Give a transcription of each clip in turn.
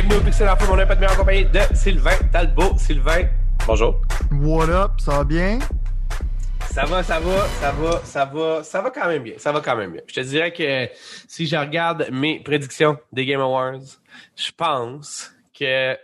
Bienvenue au Pixel Info, mon iPad meilleur en compagnie de Sylvain Talbot. Sylvain, bonjour. What up, ça va bien? Ça va quand même bien. Ça va quand même bien. Je te dirais que si je regarde mes prédictions des Game Awards, je pense que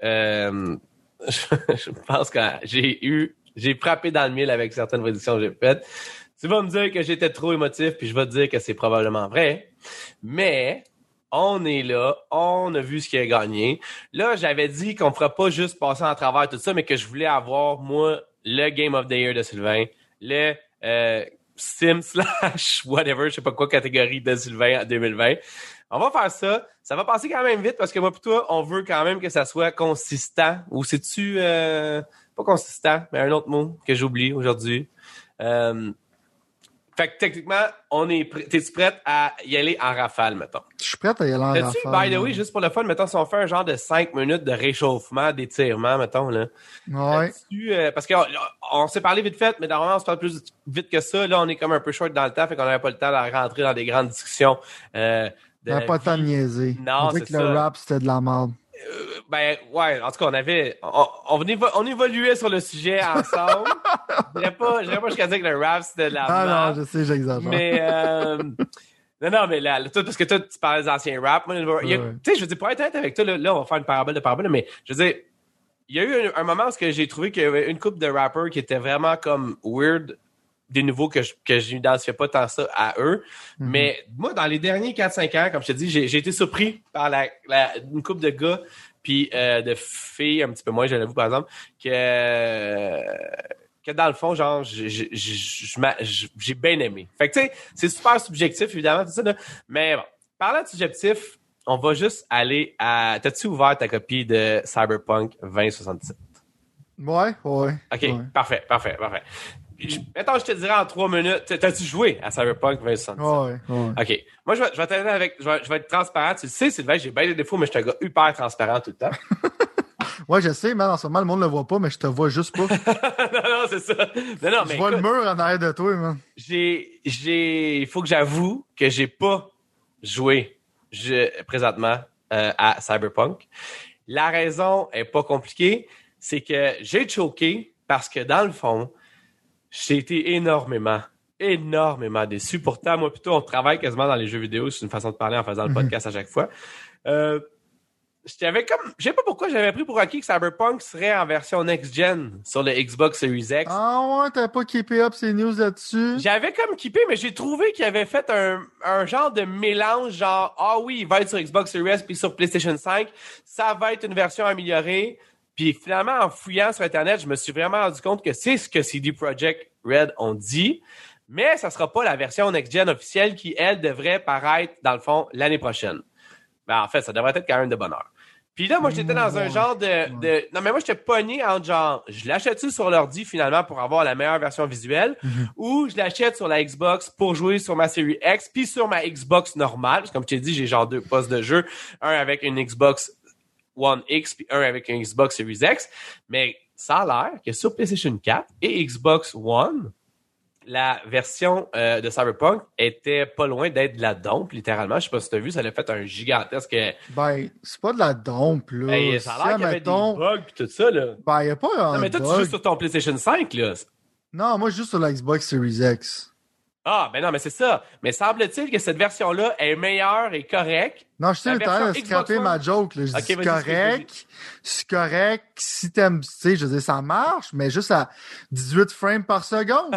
j'ai frappé dans le mille avec certaines prédictions que j'ai faites. Tu vas me dire que j'étais trop émotif, puis je vais te dire que c'est probablement vrai. Mais on est là, on a vu ce qui a gagné. Là, j'avais dit qu'on ne fera pas juste passer en travers tout ça, mais que je voulais avoir, moi, le Game of the Year de Sylvain, le Sim / whatever, je sais pas quoi catégorie de Sylvain en 2020. On va faire ça. Ça va passer quand même vite parce que moi et toi, on veut quand même que ça soit consistant. Ou c'est-tu pas consistant, mais un autre mot que j'oublie aujourd'hui. Fait que techniquement, t'es-tu prête à y aller en rafale, mettons? Je suis prête à y aller en T'as-tu, rafale. by the way, juste pour le fun, mettons, si on fait un genre de 5 minutes de réchauffement, d'étirement, mettons, là. Ouais. Parce qu'on s'est parlé vite fait, mais normalement, on se parle plus vite que ça. Là, on est comme un peu short dans le temps, fait qu'on n'avait pas le temps de rentrer dans des grandes discussions. On n'avait pas le temps de niaiser. Non, on dit c'est que ça. le rap, c'était de la merde. Ben, ouais, en tout cas, on évoluait sur le sujet ensemble. Je dirais pas jusqu'à dire que le rap, c'était de la merde. Non, je sais, j'exagère. Mais, non, mais là, toi, parce que toi, tu parles des anciens rap. Moi, tu sais, je veux dire, pour être honnête avec toi, là, on va faire une parabole de parabole, mais je veux dire, il y a eu un moment où j'ai trouvé qu'il y avait une couple de rappers qui étaient vraiment comme weird, des nouveaux que je n'identifiais pas tant ça à eux. Mm-hmm. Mais moi, dans les derniers 4-5 ans, comme je te dis, j'ai été surpris par une couple de gars puis de filles, un petit peu moins, je l'avoue, par exemple, que dans le fond, genre, j'ai bien aimé. Fait que, tu sais, c'est super subjectif, évidemment, tout ça, là. Mais bon, parlant de subjectif, on va juste aller à... T'as-tu ouvert ta copie de Cyberpunk 2077? Ouais. OK, ouais. Parfait. Mettons, je te dirais en 3 minutes, t'as-tu joué à Cyberpunk 2077? Ouais. OK. Moi, je vais t'aider avec... Je vais être transparent. Tu le sais, Sylvain, j'ai bien des défauts, mais je suis un gars hyper transparent tout le temps. Ouais, je sais, mais en ce moment, le monde ne le voit pas, mais je te vois juste pas. non, c'est ça. Non, mais je vois le mur en arrière de toi, man. Il faut que j'avoue que j'ai pas joué présentement à Cyberpunk. La raison est pas compliquée, c'est que j'ai choqué parce que dans le fond, j'ai été énormément déçu. Pourtant, moi, plutôt, on travaille quasiment dans les jeux vidéo. C'est une façon de parler en faisant le podcast à chaque fois. Je sais pas pourquoi j'avais pris pour acquis que Cyberpunk serait en version next-gen sur le Xbox Series X. Ah ouais, t'avais pas keepé up ces news là-dessus? J'avais comme keepé, mais j'ai trouvé qu'il avait fait un genre de mélange, genre, ah oui, il va être sur Xbox Series S puis sur PlayStation 5. Ça va être une version améliorée. Puis finalement, en fouillant sur Internet, je me suis vraiment rendu compte que c'est ce que CD Projekt Red ont dit. Mais ça sera pas la version next-gen officielle qui, elle, devrait paraître, dans le fond, l'année prochaine. Ben, en fait, ça devrait être quand même de bonheur. Puis là, moi, j'étais dans un genre de... Non, mais moi, j'étais pogné en genre, je l'achète-tu sur l'ordi, finalement, pour avoir la meilleure version visuelle, ou je l'achète sur la Xbox pour jouer sur ma série X, puis sur ma Xbox normale. Parce que comme je t'ai dit, j'ai genre 2 postes de jeu, un avec une Xbox One X, puis un avec une Xbox Series X. Mais ça a l'air que sur PlayStation 4 et Xbox One, la version de Cyberpunk était pas loin d'être de la dompe, littéralement. Je sais pas si tu as vu, ça l'a fait un gigantesque... Ben, c'est pas de la dompe, là. Ben, ça a l'air qu'il y avait des bugs pis tout ça, là. Ben, y a pas un Non, mais toi, bug. tu joues sur ton PlayStation 5, là. Non, moi, je joue sur la Xbox Series X. Ah, ben non, mais c'est ça. Mais semble-t-il que cette version-là est meilleure et correcte. Non, je sais, le temps de scraper ma joke, là. Je dis, c'est correct. Si t'aimes, tu sais, je veux dire, ça marche, mais juste à 18 frames par seconde.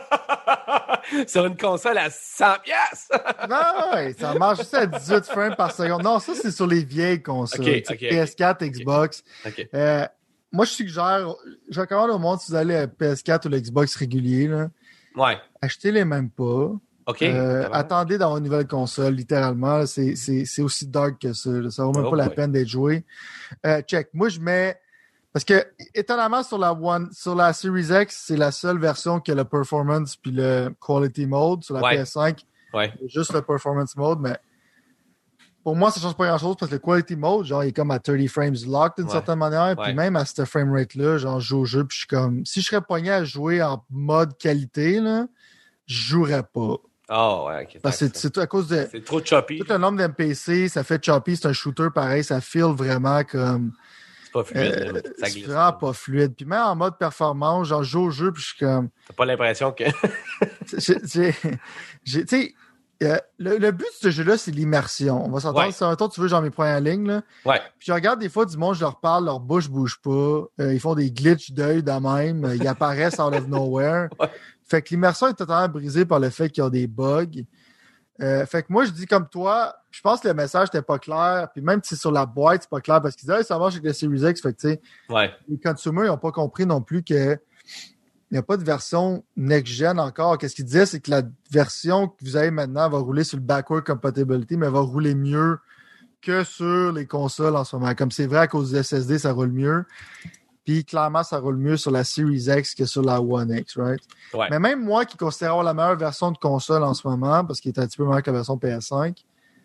Sur une console à 100 piastres. Non, ouais, ça marche juste à 18 frames par seconde. Non, ça, c'est sur les vieilles consoles. PS4, Xbox. Moi, je recommande au monde, si vous allez à PS4 ou l'Xbox régulier, là. Ouais. Achetez-les même pas. OK. Attendez d'avoir une nouvelle console, littéralement. C'est aussi dark que ça. Là. Ça vaut même pas la peine d'être joué. Check. Moi, je mets... Parce que, étonnamment, sur la Series X, c'est la seule version qui a le Performance puis le Quality Mode. Sur la PS5, juste le Performance Mode. Mais pour moi, ça change pas grand-chose parce que le Quality Mode, genre, il est comme à 30 frames locked d'une certaine manière. Puis même à cette framerate-là, genre, je joue au jeu puis je suis comme... Si je serais pogné à jouer en mode qualité, là, je jouerais pas. Ah, ouais, ok. Parce que c'est tout à cause de... C'est trop choppy. Tout le nombre d'NPC, ça fait choppy, c'est un shooter pareil, ça feel vraiment comme... C'est pas fluide, ça glisse. C'est vraiment pas fluide. Puis même en mode performance, genre je joue au jeu, puis je suis comme... T'as pas l'impression que... Tu sais, le but de ce jeu-là, c'est l'immersion. On va s'entendre. Si un tour tu veux, genre mes premières lignes, là. Ouais. Puis je regarde des fois du monde, je leur parle, leur bouche bouge pas. Ils font des glitches d'œil de même. Ils apparaissent out of nowhere. Ouais. Fait que l'immersion est totalement brisée par le fait qu'il y a des bugs. Fait que moi, je dis comme toi, je pense que le message n'était pas clair. Puis même si c'est sur la boîte, c'est pas clair parce qu'ils disent ça marche avec le Series X. Fait que tu sais, les consumers n'ont pas compris non plus que il n'y a pas de version next-gen encore. Qu'est-ce qu'il disait, c'est que la version que vous avez maintenant va rouler sur le backward compatibility, mais va rouler mieux que sur les consoles en ce moment. Comme c'est vrai, à cause du SSD, ça roule mieux. Puis clairement, ça roule mieux sur la Series X que sur la One X, right? Ouais. Mais même moi qui considère avoir la meilleure version de console en ce moment, parce qu'il est un petit peu meilleur que la version PS5,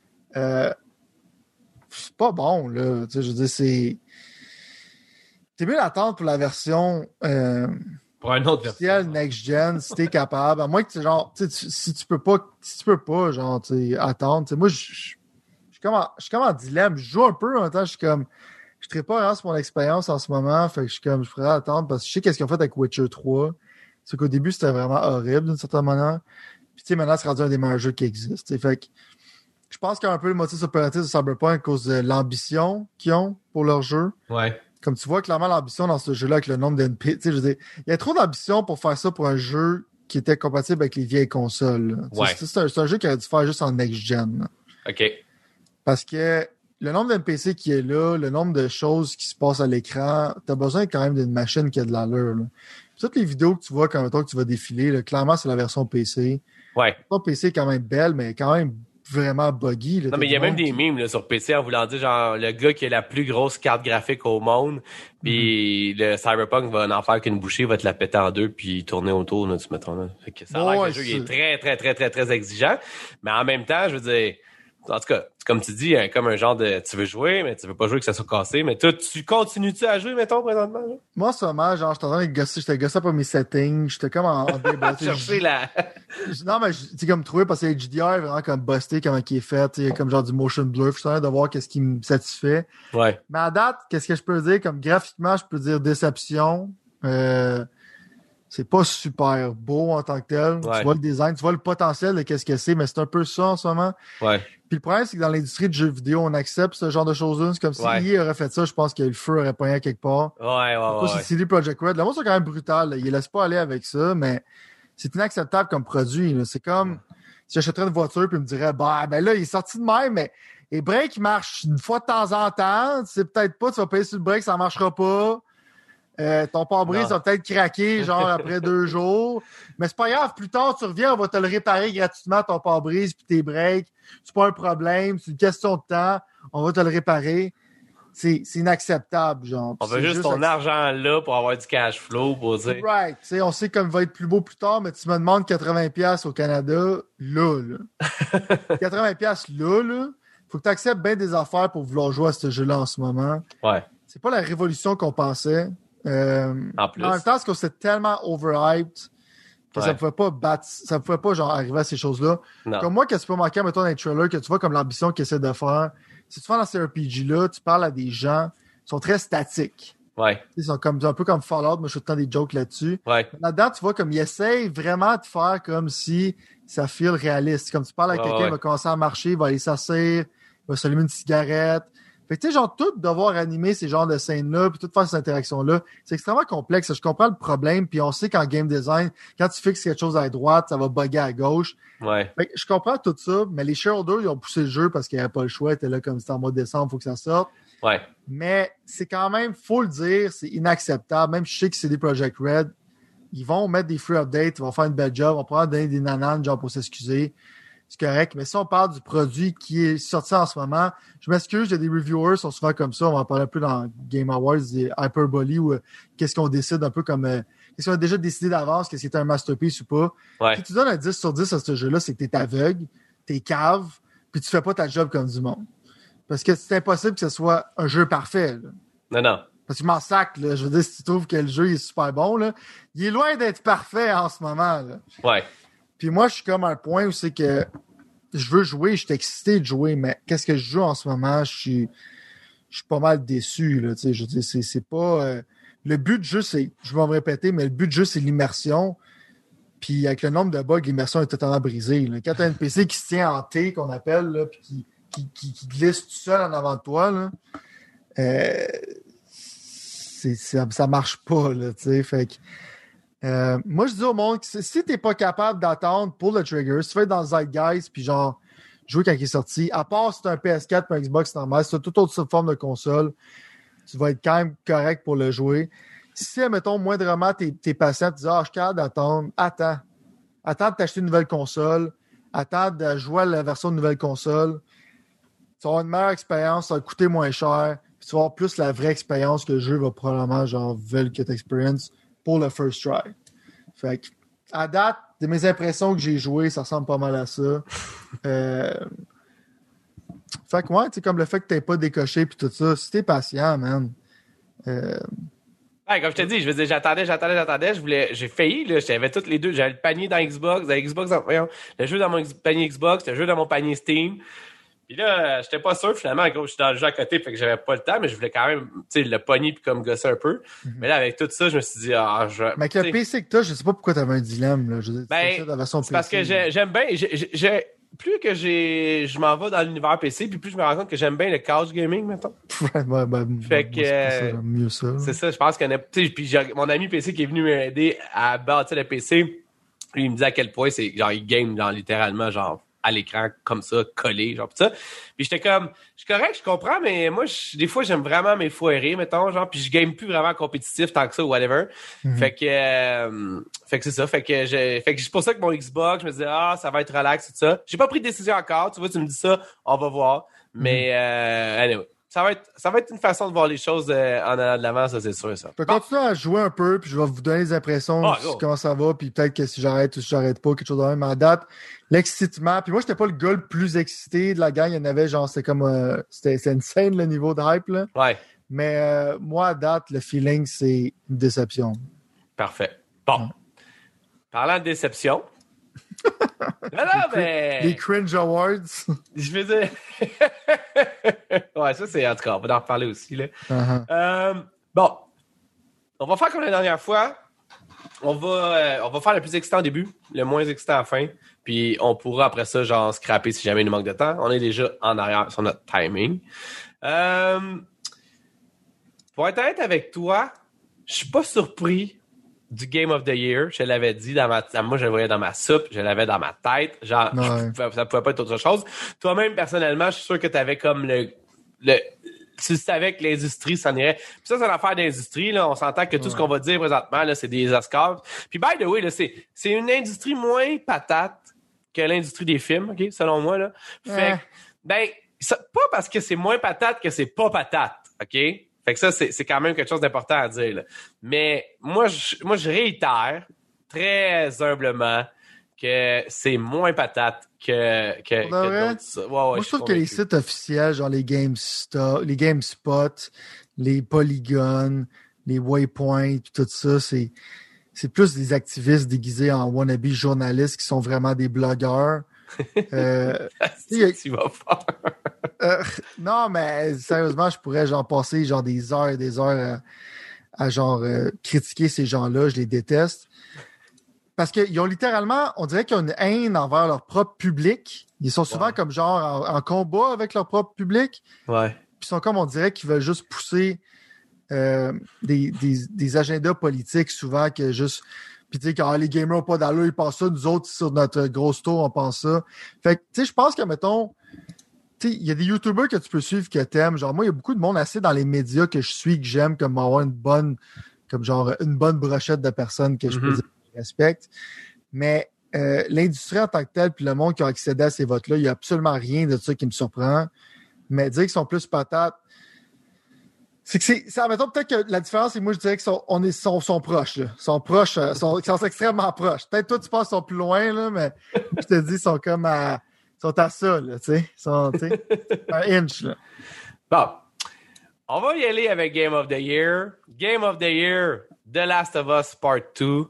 c'est pas bon, là. Tu sais, je veux dire, c'est mieux d'attendre pour la version... pour un autre version next-gen, si t'es capable. À moins que genre, si tu peux pas, genre, attendre. Moi, je suis comme en dilemme. Je joue un peu en même temps, je suis comme. Je ne pas vraiment sur mon expérience en ce moment. Fait que je suis comme je ferais attendre parce que je sais qu'est-ce qu'ils ont fait avec Witcher 3. C'est qu'au début, c'était vraiment horrible d'une certaine manière. Puis tu sais, maintenant, c'est rendu un des meilleurs jeux qui existent. Fait que je pense qu'il y a un peu le motif opératif de Cyberpunk à cause de l'ambition qu'ils ont pour leur jeu. Ouais. Comme tu vois, clairement, l'ambition dans ce jeu-là avec le nombre d'NP. Je veux dire, il y a trop d'ambition pour faire ça pour un jeu qui était compatible avec les vieilles consoles. Ouais. C'est un jeu qui aurait dû faire juste en next-gen. OK. Parce que le nombre d'NPC qui est là, le nombre de choses qui se passent à l'écran, t'as besoin quand même d'une machine qui a de l'allure. Toutes les vidéos que tu vois quand tu vas défiler, là, clairement, c'est la version PC. Ouais. La version PC est quand même belle, mais quand même vraiment buggy. Là, non, mais il y a même des memes là, sur PC en voulant dire genre le gars qui a la plus grosse carte graphique au monde, puis le Cyberpunk va en faire qu'une bouchée, va te la péter en deux, puis tourner autour, là, tu mettons là. Fait que ça a l'air que le jeu il est très, très, très, très, très exigeant. Mais en même temps, je veux dire, en tout cas, comme tu dis, comme un genre de tu veux jouer, mais tu veux pas jouer que ça soit cassé. Mais toi, tu continues-tu à jouer, mettons, présentement? Là? Moi, en ce moment, genre, j'étais gossé pour mes settings, j'étais comme en débat. Chercher la... Non, mais tu comme trouvé parce que HDR est vraiment comme busté, comment il est fait, comme genre du motion blur. Je suis en train de voir qu'est-ce qui me satisfait. Ouais. Mais à date, qu'est-ce que je peux dire? Comme graphiquement, je peux dire déception. C'est pas super beau en tant que tel. Ouais. Tu vois le design, tu vois le potentiel de qu'est-ce que c'est, mais c'est un peu ça en ce moment. Ouais. Puis le problème, c'est que dans l'industrie de jeux vidéo, on accepte ce genre de choses-là. C'est comme si EA aurait fait ça, je pense que le feu aurait pogné à quelque part. Ouais. C'est CD Projekt Red. Le monde, c'est quand même brutal. Là. Ils laissent pas aller avec ça, mais c'est inacceptable comme produit. Là. C'est comme si j'achèterais une voiture puis me dirait, ben là, il est sorti de même, mais les breaks marchent une fois de temps en temps. C'est peut-être pas, tu vas payer sur le break, ça marchera pas. Ton pare-brise va peut-être craquer genre après 2 jours. Mais c'est pas grave, plus tard tu reviens, on va te le réparer gratuitement, ton pare-brise puis tes breaks. C'est pas un problème, c'est une question de temps. On va te le réparer. C'est inacceptable, genre. On veut juste ton argent là pour avoir du cash flow, pour dire. Right. T'sais, on sait comme il va être plus beau plus tard, mais tu me demandes 80$ au Canada, là. 80$ là. Faut que tu acceptes bien des affaires pour vouloir jouer à ce jeu-là en ce moment. Ouais. C'est pas la révolution qu'on pensait. En plus. En même temps, c'est que c'est tellement overhyped que ça ne pouvait pas battre, ça ne pouvait pas genre arriver à ces choses-là. Non. Comme moi, qu'est-ce qui peut manquer, mettons, dans les trailers, que tu vois comme l'ambition qu'ils essaient de faire. Si tu fais dans ces RPG-là, tu parles à des gens qui sont très statiques. Ouais. Ils sont comme, un peu comme Fallout, mais je fais tout le temps des jokes là-dessus. Ouais. Là-dedans, tu vois comme ils essayent vraiment de faire comme si ça feel réaliste. Comme tu parles à quelqu'un, il va commencer à marcher, il va aller s'asseoir, il va s'allumer une cigarette. Fait que tu sais, genre, tout devoir animer ces genres de scènes-là, puis tout faire ces interactions-là, c'est extrêmement complexe. Je comprends le problème, puis on sait qu'en game design, quand tu fixes quelque chose à droite, ça va bugger à gauche. Ouais. Fait que je comprends tout ça, mais les shareholders, ils ont poussé le jeu parce qu'il n'y avait pas le choix. Ils étaient là comme c'était en mois de décembre, il faut que ça sorte. Ouais. Mais c'est quand même, faut le dire, c'est inacceptable. Même si je sais que c'est des Project Red, ils vont mettre des free updates, ils vont faire une belle job, on va pouvoir donner des nananes, genre, pour s'excuser. C'est correct, mais si on parle du produit qui est sorti en ce moment, je m'excuse, il y a des reviewers qui sont souvent comme ça, on va en parler un peu dans Game Awards, des hyperbole ou qu'est-ce qu'on décide un peu comme qu'est-ce qu'on a déjà décidé d'avance, qu'est-ce qui est un masterpiece ou pas. Ouais. Si tu donnes un 10 sur 10 à ce jeu-là, c'est que t'es aveugle, t'es cave, puis tu fais pas ta job comme du monde. Parce que c'est impossible que ce soit un jeu parfait. Là. Non. Parce que je m'en sac, là. Je veux dire, si tu trouves que le jeu est super bon, là, il est loin d'être parfait en ce moment. Là. Ouais. Puis moi, je suis comme à un point où c'est que je veux jouer, je suis excité de jouer, mais qu'est-ce que je joue en ce moment? Je suis pas mal déçu, là, tu sais. Je veux dire, c'est pas... le but du jeu, c'est... Je vais me répéter, mais le but du jeu, c'est l'immersion. Puis avec le nombre de bugs, l'immersion est totalement brisée, là. Quand t'as un PC qui se tient en T, qu'on appelle, là, puis qui glisse tout seul en avant de toi, là, ça marche pas, là, tu sais. Fait que... moi, je dis au monde que si t'es pas capable d'attendre pour le trigger, si tu veux être dans le Zeitgeist, puis genre, jouer quand il est sorti, à part si t'as un PS4 ou un Xbox normal, si t'as toute autre forme de console, tu vas être quand même correct pour le jouer. Si, mettons, moindrement, t'es patient, tu dis, je suis capable d'attendre, attends de t'acheter une nouvelle console, attends de jouer à la version de nouvelle console, tu vas avoir une meilleure expérience, ça va coûter moins cher, puis tu vas avoir plus la vraie expérience que le jeu va probablement, genre, Velvet Experience pour le first try. Fait que, à date, de mes impressions que j'ai jouées, ça ressemble pas mal à ça. Fait que, ouais, tu sais, comme le fait que t'aies pas décoché puis tout ça, si t'es patient, man. Ouais, comme je te dis, je veux dire, j'attendais, j'ai failli, là, j'avais toutes les deux, j'avais le panier dans Xbox, le jeu dans mon panier Xbox, le jeu dans mon panier Steam. Puis là, j'étais pas sûr, finalement, gros, je suis dans le jeu à côté, fait que j'avais pas le temps, mais je voulais quand même, tu sais, le pogner puis comme gosser un peu. Mais là, avec tout ça, je me suis dit, Mais avec le PC que t'as, je sais pas pourquoi t'avais un dilemme, là. Je veux dire, la version PC. Parce que j'aime bien, plus que je m'en vais dans l'univers PC, puis plus je me rends compte que j'aime bien le couch gaming, mettons. Fait que j'aime mieux ça. C'est ça, je pense que puis mon ami PC qui est venu m'aider à bâtir le PC, lui, il me dit à quel point c'est genre il game genre littéralement genre à l'écran comme ça, collé, genre pis ça. Puis j'étais comme, je suis correct, je comprends, mais moi, des fois, j'aime vraiment mes foirés, mettons, genre, puis je game plus vraiment compétitif tant que ça ou whatever. Mm-hmm. Fait que c'est ça. Fait que c'est pour ça que mon Xbox, je me disais, ça va être relax, tout ça. J'ai pas pris de décision encore, tu vois, tu me dis ça, on va voir. Mais, anyway. Ça va être une façon de voir les choses en allant de l'avant, ça, c'est sûr, ça. Je peux continuer à jouer un peu, puis je vais vous donner des impressions de comment ça va, puis peut-être que si j'arrête ou si j'arrête pas, quelque chose de même. Mais à date, l'excitement, puis moi, j'étais pas le gars le plus excité de la gang. Il y en avait, genre, c'était comme... c'était insane, le niveau de hype, là. Ouais. Mais moi, à date, le feeling, c'est une déception. Parfait. Bon. Parlant de déception... Non, mais... Les cringe awards. Je veux dire... ouais, ça, c'est... En tout cas, on va en reparler aussi, là. Bon. On va faire comme la dernière fois. On va faire le plus excitant au début, le moins excitant à la fin. Puis on pourra, après ça, genre, scraper si jamais il nous manque de temps. On est déjà en arrière sur notre timing. Pour être honnête avec toi, je suis pas surpris du Game of the Year. Je l'avais dit moi, je le voyais dans ma soupe, je l'avais dans ma tête. Genre, ça pouvait pas être autre chose. Toi-même, personnellement, je suis sûr que t'avais comme tu savais que l'industrie s'en irait. Puis ça, c'est l'affaire d'industrie, là. On s'entend que tout ce qu'on va dire présentement, là, c'est des Oscars. Puis by the way, là, c'est une industrie moins patate que l'industrie des films, OK, selon moi, là. Fait que, pas parce que c'est moins patate que c'est pas patate, OK? Fait que ça, c'est quand même quelque chose d'important à dire, là. Mais moi, je réitère très humblement que c'est moins patate que d'autres. Moi, je trouve que les sites officiels, genre les GameSpot, les Polygon, les Waypoint, tout ça, c'est plus des activistes déguisés en wannabe journalistes qui sont vraiment des blogueurs. Tu vas faire. Non, mais sérieusement, je pourrais genre passer genre des heures et des heures à genre critiquer ces gens-là. Je les déteste. Parce qu'ils ont littéralement, on dirait qu'ils ont une haine envers leur propre public. Ils sont souvent comme genre en combat avec leur propre public. Ouais. Puis ils sont comme, on dirait qu'ils veulent juste pousser des agendas politiques souvent que juste... Puis tu sais, quand les gamers n'ont pas d'allure, ils pensent ça. Nous autres, sur notre grosse tour, on pense ça. Fait que, tu sais, je pense que, mettons, tu sais, il y a des YouTubers que tu peux suivre que t'aimes. Genre, moi, il y a beaucoup de monde assez dans les médias que je suis, que j'aime, comme avoir une bonne brochette de personnes que je peux dire que je respecte. Mais l'industrie en tant que telle, puis le monde qui a accédé à ces votes-là, il n'y a absolument rien de ça qui me surprend. Mais dire qu'ils sont plus patates, mettons, peut-être que la différence, c'est que moi, je dirais qu'ils sont proches, là. Sont proches, sont extrêmement proches. Peut-être toi, tu penses qu'ils sont plus loin, là, mais je te dis, ils sont comme sont à ça, là, tu sais. Un inch, là. Bon. On va y aller avec Game of the Year. Game of the Year, The Last of Us Part 2.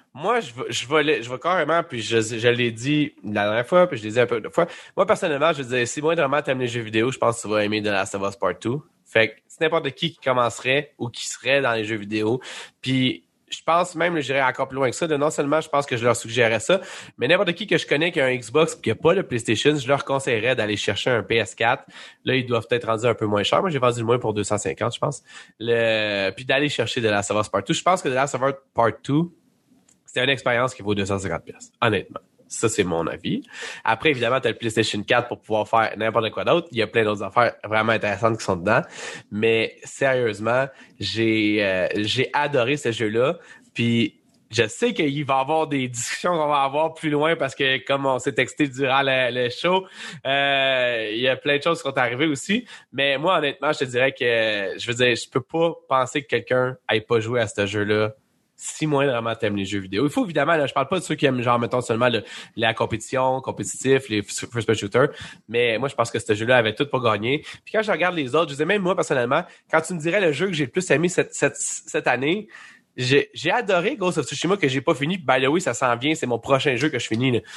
Moi, je vais carrément, puis je l'ai dit la dernière fois, puis je l'ai dit un peu de fois. Moi, personnellement, je disais, si moi, vraiment, t'aimes les jeux vidéo, je pense que tu vas aimer The Last of Us Part 2. Fait que c'est n'importe qui commencerait ou qui serait dans les jeux vidéo. Puis, je pense même, je dirais encore plus loin que ça, de non seulement je pense que je leur suggérerais ça, mais n'importe qui que je connais qui a un Xbox et qui n'a pas le PlayStation, je leur conseillerais d'aller chercher un PS4. Là, ils doivent être rendus un peu moins cher. Moi, j'ai vendu le moins pour 250, je pense. Puis d'aller chercher The Last of Us Part 2. Je pense que The Last of Us Part 2, c'est une expérience qui vaut 250$, honnêtement. Ça, c'est mon avis. Après, évidemment, tu as le PlayStation 4 pour pouvoir faire n'importe quoi d'autre. Il y a plein d'autres affaires vraiment intéressantes qui sont dedans. Mais sérieusement, j'ai adoré ce jeu-là. Puis je sais qu'il va y avoir des discussions qu'on va avoir plus loin parce que comme on s'est texté durant le show, il y a plein de choses qui sont arrivées aussi. Mais moi, honnêtement, je te dirais que je peux pas penser que quelqu'un ait pas joué à ce jeu-là. Si moins vraiment t'aimes les jeux vidéo. Il faut évidemment, là, je parle pas de ceux qui aiment genre, mettons seulement la compétition, compétitif, les first-person shooters, mais moi, je pense que ce jeu-là avait tout pas gagné. Puis quand je regarde les autres, je disais même moi, personnellement, quand tu me dirais le jeu que j'ai le plus aimé cette année, j'ai adoré Ghost of Tsushima que j'ai pas fini. By the way, ça s'en vient, c'est mon prochain jeu que je finis, là.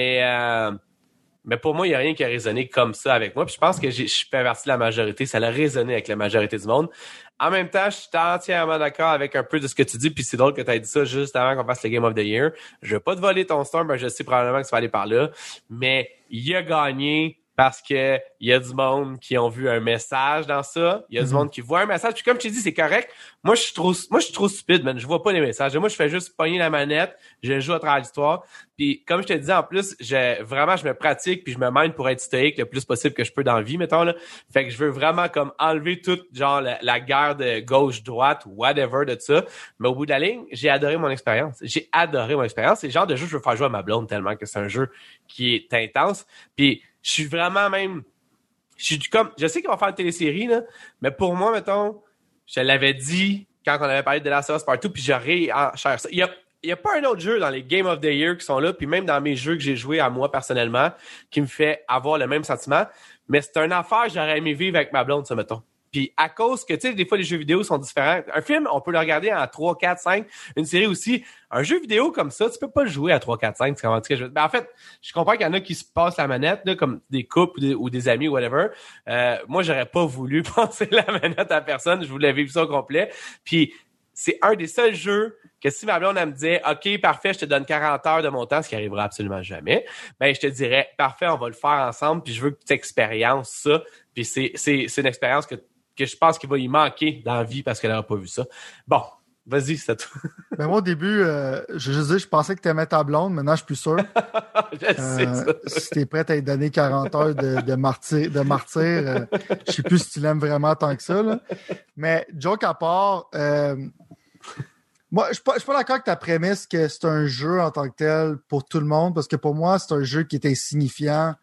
Mais pour moi, il n'y a rien qui a résonné comme ça avec moi. Puis je pense que je fais partie de la majorité. Ça a résonné avec la majorité du monde. En même temps, je suis entièrement d'accord avec un peu de ce que tu dis. Puis c'est drôle que tu aies dit ça juste avant qu'on fasse le Game of the Year. Je veux pas te voler ton Storm, ben je sais probablement que tu vas aller par là. Mais il a gagné parce que il y a du monde qui ont vu un message dans ça. Il y a du monde qui voit un message. Puis comme tu dis, c'est correct. Moi, je suis trop stupide, man. Je vois pas les messages. Moi, je fais juste pogner la manette. Je joue à travers l'histoire. Puis comme je te disais, en plus, je me pratique puis je me mène pour être stoïque le plus possible que je peux dans la vie, mettons, là. Fait que je veux vraiment comme enlever toute, genre, la guerre de gauche-droite ou whatever de ça. Mais au bout de la ligne, j'ai adoré mon expérience. J'ai adoré mon expérience. C'est le genre de jeu que je veux faire jouer à ma blonde tellement que c'est un jeu qui est intense. Puis je suis vraiment même... Je sais qu'on va faire une télésérie, là, mais pour moi, mettons, je l'avais dit quand on avait parlé de The Last of Us Part 2, puis j'aurais enchère ça. Il y a pas un autre jeu dans les Game of the Year qui sont là, puis même dans mes jeux que j'ai joués à moi personnellement, qui me fait avoir le même sentiment. Mais c'est une affaire que j'aurais aimé vivre avec ma blonde, ça, mettons. Puis à cause que, tu sais, des fois, les jeux vidéo sont différents. Un film, on peut le regarder en 3, 4, 5. Une série aussi. Un jeu vidéo comme ça, tu peux pas le jouer à 3, 4, 5. En fait, je comprends qu'il y en a qui se passent la manette, là, comme des couples ou des amis ou whatever. Moi, j'aurais pas voulu passer la manette à personne. Je voulais vivre ça au complet. Puis c'est un des seuls jeux que si ma blonde, elle me disait, OK, parfait, je te donne 40 heures de mon temps, ce qui arrivera absolument jamais, ben, je te dirais, parfait, on va le faire ensemble, puis je veux que tu expériences ça. Puis c'est une expérience que je pense qu'il va y manquer dans la vie parce qu'elle n'aura pas vu ça. Bon, vas-y, c'est tout. Ben moi, au début, je pensais que tu aimais ta blonde. Maintenant, je suis plus sûr. Je sais ça. Si tu es prête à lui donner 40 heures de martyr, je sais plus si tu l'aimes vraiment tant que ça, là. Mais, joke à part, moi, je suis pas d'accord avec ta prémisse que c'est un jeu en tant que tel pour tout le monde, parce que pour moi, c'est un jeu qui est insignifiant.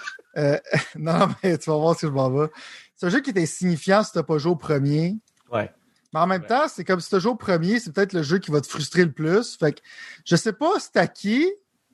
Non, mais tu vas voir si je m'en vais. C'est un jeu qui est insignifiant si tu n'as pas joué au premier. Ouais. Mais en même temps, c'est comme si tu as joué au premier, c'est peut-être le jeu qui va te frustrer le plus. Fait que je sais pas c'est à qui.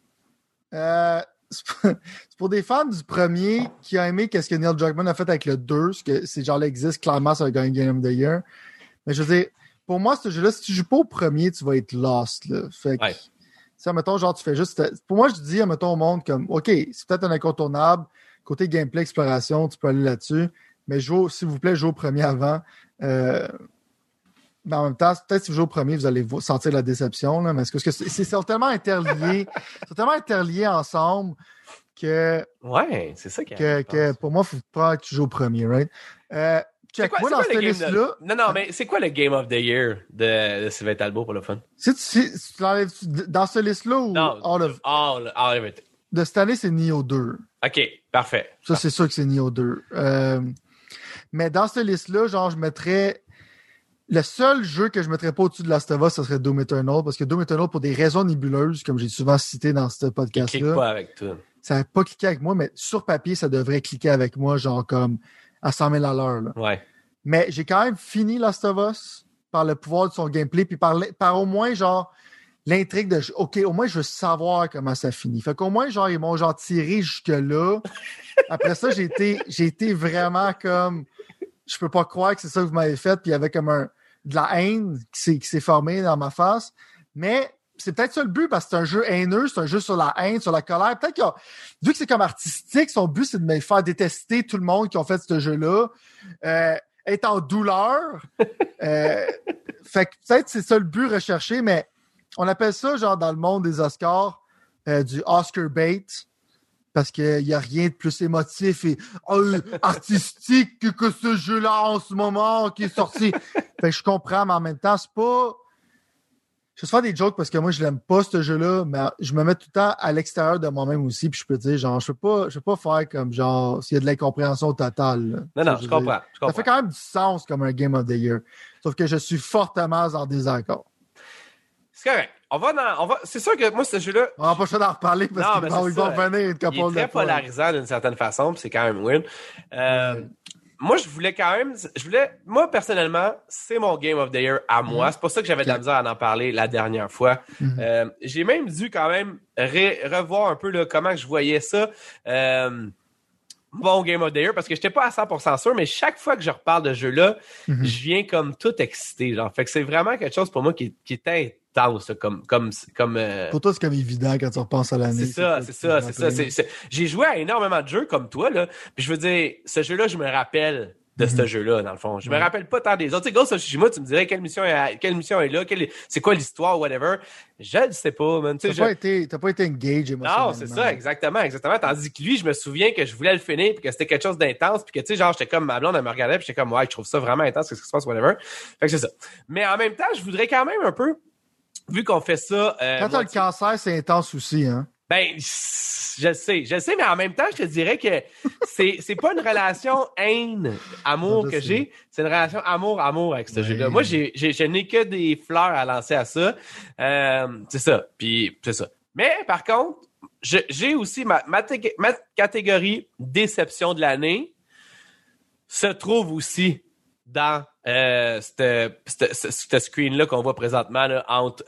C'est pour des fans du premier qui ont aimé qu'est-ce que Neil Druckmann a fait avec le 2, parce que ces gens-là existent, clairement, ça va gagner Game of the Year. Mais je veux dire, pour moi, ce jeu-là, si tu joues pas au premier, tu vas être lost, là. Fait que, si, admettons, genre, tu fais juste... Pour moi, je dis, admettons, au monde, comme, OK, c'est peut-être un incontournable. Côté gameplay, exploration, tu peux aller là-dessus. Mais s'il vous plaît, jouez au premier avant. Mais en même temps, peut-être si vous jouez au premier, vous allez sentir la déception. Là, mais c'est tellement interlié. Ils sont tellement interliés ensemble que... Ouais, c'est ça que pour moi, il faut pas que tu joues au premier, right? Check-moi dans cette liste-là. Non, mais c'est quoi le Game of the Year de Sylvain Talbot pour le fun? Si tu l'enlèves dans cette liste-là ou non, all of it. De cette année, c'est Nioh 2. OK, parfait. Ça, c'est sûr que c'est Nioh 2. Mais dans cette liste-là, genre, je mettrais... Le seul jeu que je mettrais pas au-dessus de Last of Us, ce serait Doom Eternal, parce que Doom Eternal, pour des raisons nébuleuses, comme j'ai souvent cité dans ce podcast-là... clique pas avec toi. Ça n'a pas cliqué avec moi, mais sur papier, ça devrait cliquer avec moi, genre comme à 100 000 à l'heure. Là. Ouais. Mais j'ai quand même fini Last of Us par le pouvoir de son gameplay, puis par au moins, genre, l'intrigue de... OK, au moins, je veux savoir comment ça finit. Fait qu'au moins, genre, ils m'ont genre tiré jusque-là. Après ça, j'ai été vraiment comme... Je peux pas croire que c'est ça que vous m'avez fait, puis il y avait comme de la haine qui s'est formée dans ma face. Mais c'est peut-être ça le but, parce que c'est un jeu haineux, c'est un jeu sur la haine, sur la colère. Peut-être vu que c'est comme artistique, son but, c'est de me faire détester tout le monde qui ont fait ce jeu-là, être en douleur. Fait que peut-être c'est ça le but recherché, mais on appelle ça, genre, dans le monde des Oscars, du Oscar bait, parce qu'il n'y a rien de plus émotif et artistique que ce jeu-là en ce moment qui est sorti. Fait que je comprends, mais en même temps, c'est pas... Je vais te faire des jokes parce que moi, je l'aime pas, ce jeu-là, mais je me mets tout le temps à l'extérieur de moi-même aussi, puis je peux dire, genre, je peux pas faire comme, genre, s'il y a de l'incompréhension totale. Là. Non, je comprends. Ça fait quand même du sens comme un Game of the Year. Sauf que je suis fortement en désaccord. C'est correct. C'est sûr que moi, ce jeu-là... On va pas choisir d'en reparler parce qu'il va revenir une couple de fois. Il est très polarisant d'une certaine façon, puis c'est quand même weird. Moi, moi, personnellement, c'est mon Game of the Year à moi. C'est pour ça que j'avais de la misère à en parler la dernière fois. J'ai même dû quand même revoir un peu là, comment je voyais ça. Mon Game of the Year, parce que j'étais pas à 100% sûr, mais chaque fois que je reparle de ce jeu-là, je viens comme tout excité. Genre. Fait que c'est vraiment quelque chose pour moi qui est intense. Comme Pour toi, c'est comme évident quand tu repenses à l'année. C'est ça. J'ai joué à énormément de jeux comme toi, là. Puis je veux dire, ce jeu-là, je me rappelle de ce jeu-là, dans le fond. Je me rappelle pas tant des autres. Tu sais, Ghost of Tsushima, tu me dirais quelle mission est là, c'est quoi l'histoire, whatever. Je ne sais pas, man. T'as pas été engaged émotionnellement. Non, c'est ça, exactement. Tandis que lui, je me souviens que je voulais le finir, puis que c'était quelque chose d'intense, puis que, tu sais, genre, j'étais comme, ma blonde, elle me regardait, puis j'étais comme, ouais, je trouve ça vraiment intense, qu'est-ce qui se passe, whatever. Fait que c'est ça. Mais en même temps, je voudrais quand même un peu, vu qu'on fait ça... quand t'as le cancer, c'est intense aussi, hein? Ben, je sais, mais en même temps, je te dirais que c'est pas une relation haine-amour que j'ai, c'est une relation amour-amour avec ce jeu-là. Moi, je n'ai que des fleurs à lancer à ça. C'est ça, puis c'est ça. Mais par contre, j'ai aussi ma catégorie déception de l'année se trouve aussi dans ce screen-là qu'on voit présentement là, entre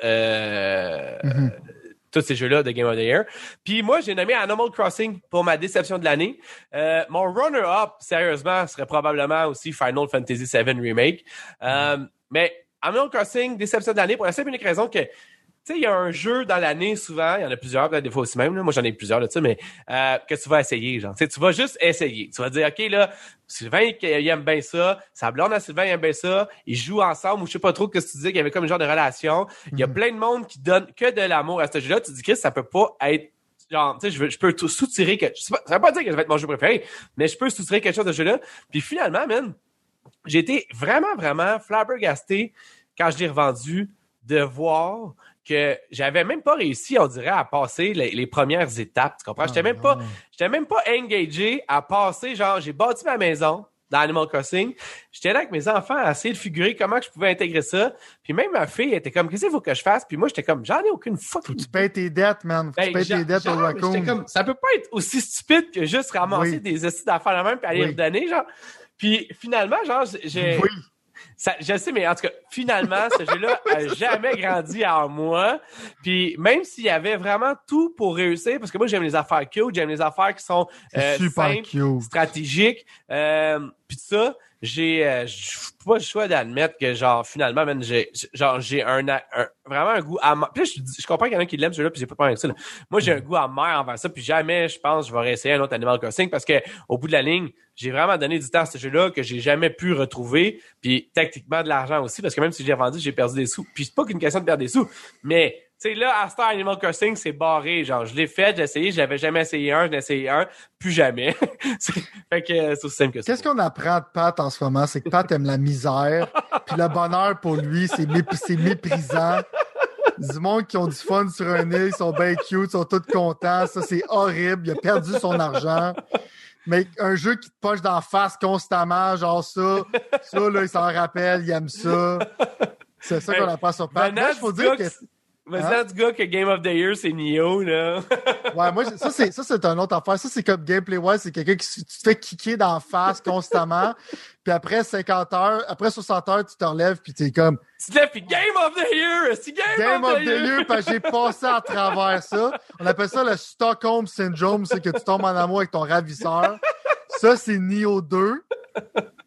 tous ces jeux-là de Game of the Year. Puis moi, j'ai nommé Animal Crossing pour ma déception de l'année. Mon runner-up, sérieusement, serait probablement aussi Final Fantasy VII Remake. Mais Animal Crossing, déception de l'année, pour la simple et unique raison que, tu sais, il y a un jeu dans l'année, souvent, il y en a plusieurs, des fois aussi même, là, moi j'en ai plusieurs de ça, mais que tu vas essayer, genre. Tu sais, tu vas juste essayer. Tu vas dire, OK, là, Sylvain, il aime bien ça, sa blonde à Sylvain, il aime bien ça, ils jouent ensemble, ou je sais pas trop ce que tu dis, qu'il y avait comme un genre de relation. Il y a plein de monde qui donne que de l'amour à ce jeu-là. Tu te dis, Chris, ça peut pas être genre, tu sais, je peux soutirer que, ça veut pas dire que ça va être mon jeu préféré, mais je peux soutirer quelque chose de ce jeu-là. Puis finalement, man, j'ai été vraiment, vraiment flabbergasté quand je l'ai revendu de voir que j'avais même pas réussi, on dirait, à passer les premières étapes. Tu comprends? J'étais même pas engagé à passer, genre, j'ai bâti ma maison dans Animal Crossing. J'étais là avec mes enfants à essayer de figurer comment je pouvais intégrer ça. Puis même ma fille était comme, qu'est-ce qu'il faut que je fasse? Puis moi, j'étais comme, j'en ai aucune fucking... Faut que tu payes tes dettes, man. Faut que tu payes tes dettes au raccoon. J'étais comme, ça peut pas être aussi stupide que juste ramasser des astuces d'affaires la même puis aller redonner, genre. Puis finalement, genre, j'ai... Oui. Ça, je sais, mais en tout cas, finalement, ce jeu-là a jamais grandi en moi. Puis même s'il y avait vraiment tout pour réussir, parce que moi, j'aime les affaires cute, j'aime les affaires qui sont simples, cute, stratégiques, puis tout ça, j'ai pas le choix d'admettre que, genre, finalement, man, j'ai vraiment un goût amer. Puis là, je comprends qu'il y en a qui l'aiment, celui-là, puis j'ai pas de problème avec ça, là. Moi, j'ai un goût amer envers ça, puis jamais, je pense, je vais réessayer un autre Animal Crossing, parce que au bout de la ligne, j'ai vraiment donné du temps à ce jeu-là que j'ai jamais pu retrouver, puis tactiquement de l'argent aussi, parce que même si j'ai vendu, j'ai perdu des sous. Puis c'est pas qu'une question de perdre des sous, mais tu sais, là, à Star Animal Crossing, c'est barré. Genre, je l'ai fait, j'ai essayé, j'avais jamais essayé un, j'en ai essayé un, plus jamais. Fait que c'est aussi simple que ça. Qu'est-ce qu'on apprend de Pat en ce moment? C'est que Pat aime la misère, puis le bonheur pour lui, c'est méprisant. Du monde qui ont du fun sur un île, ils sont bien cute, ils sont tous contents. Ça, c'est horrible. Il a perdu son argent. Mais un jeu qui te poche d'en face constamment, genre ça, là, il s'en rappelle, il aime ça. C'est ça qu'on apprend sur Pat. Là, il faut dire que... Mais du gars que Game of the Year, c'est Nioh, là. Ouais, moi, ça, c'est une autre affaire. Ça, c'est comme gameplay-wise, c'est quelqu'un qui tu te fais kicker d'en face constamment. Puis après 50 heures, après 60 heures, tu te relèves, puis t'es comme... Tu te lèves, puis Game of the Year! C'est Game of the Year! Parce que j'ai passé à travers ça. On appelle ça le Stockholm Syndrome, c'est que tu tombes en amour avec ton ravisseur. Ça, c'est Nioh 2.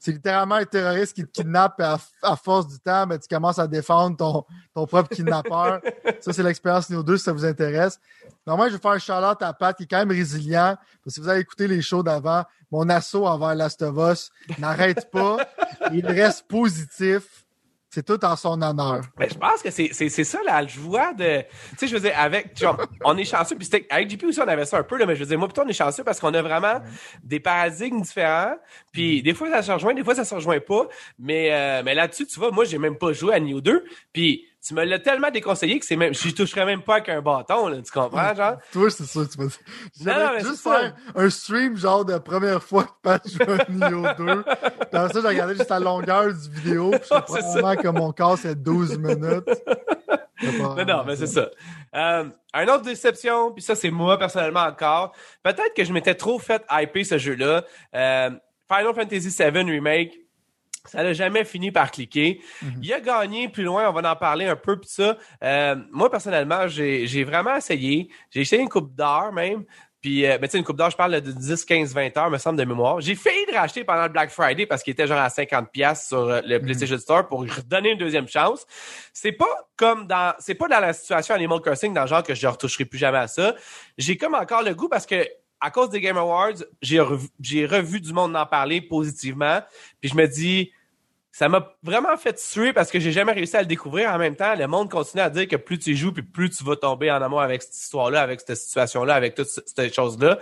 c'est littéralement un terroriste qui te kidnappe et à force du temps, ben, tu commences à défendre ton propre kidnappeur. Ça, c'est l'expérience Nioh 2 si ça vous intéresse. Normalement, je vais faire un shout-out à Pat qui est quand même résilient. Parce que si vous avez écouté les shows d'avant, mon assaut envers Last of Us n'arrête pas. Il reste positif. C'est tout en son honneur. Mais je pense que c'est ça la joie de... Tu sais, je veux dire, on est chanceux, puis avec JP aussi, on avait ça un peu, là, mais je veux dire, moi, plutôt, on est chanceux parce qu'on a vraiment des paradigmes différents, puis des fois, ça se rejoint, des fois, ça se rejoint pas, mais là-dessus, tu vois, moi, j'ai même pas joué à Nioh 2, puis tu me l'as tellement déconseillé que j'y toucherais même pas avec un bâton, là, tu comprends, genre? Toi, c'est ça, tu m'as dit. Non, mais juste faire un stream, genre, de première fois que Pat joue à Nioh 2. Dans ça, j'ai regardé juste la longueur du vidéo, puis je probablement que mon corps, c'est 12 minutes. Non, mais c'est ça. Un autre déception, puis ça, c'est moi, personnellement, encore. Peut-être que je m'étais trop fait hyper ce jeu-là. Final Fantasy VII Remake, ça n'a jamais fini par cliquer. Il a gagné plus loin, on va en parler un peu, puis ça. Moi, personnellement, j'ai vraiment essayé. J'ai essayé une coupe d'heures même. Puis, tu sais, une coupe d'heure, je parle de 10, 15, 20 heures, me semble, de mémoire. J'ai failli de racheter pendant le Black Friday parce qu'il était genre à 50$ sur le PlayStation Store pour redonner une deuxième chance. C'est pas dans la situation Animal Crossing, dans le genre que je ne retoucherai plus jamais à ça. J'ai comme encore le goût parce que, à cause des Game Awards, j'ai revu du monde en parler positivement. Puis je me dis, ça m'a vraiment fait suer parce que j'ai jamais réussi à le découvrir. En même temps, le monde continue à dire que plus tu joues, puis plus tu vas tomber en amour avec cette histoire-là, avec cette situation-là, avec toutes ces choses-là.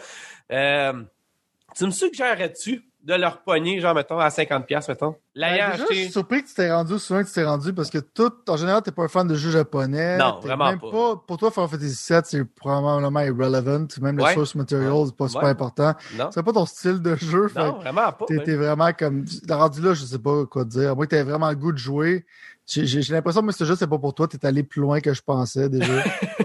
Tu me suggérerais-tu de leur pogner, genre, mettons, à 50$, mettons? Déjà, je suis surpris que tu t'es rendu souvent que tu t'es rendu parce que en général, t'es pas un fan de jeux japonais. Non, vraiment même pas. Pour toi, Final Fantasy VII, c'est probablement irrelevant. Même le source material, c'est pas super important. Non. C'est pas ton style de jeu. Non, vraiment pas. T'es vraiment comme, rendu là, je sais pas quoi te dire. Moi, que t'avais vraiment le goût de jouer. J'ai l'impression que ce jeu, c'est pas pour toi. T'es allé plus loin que je pensais, déjà.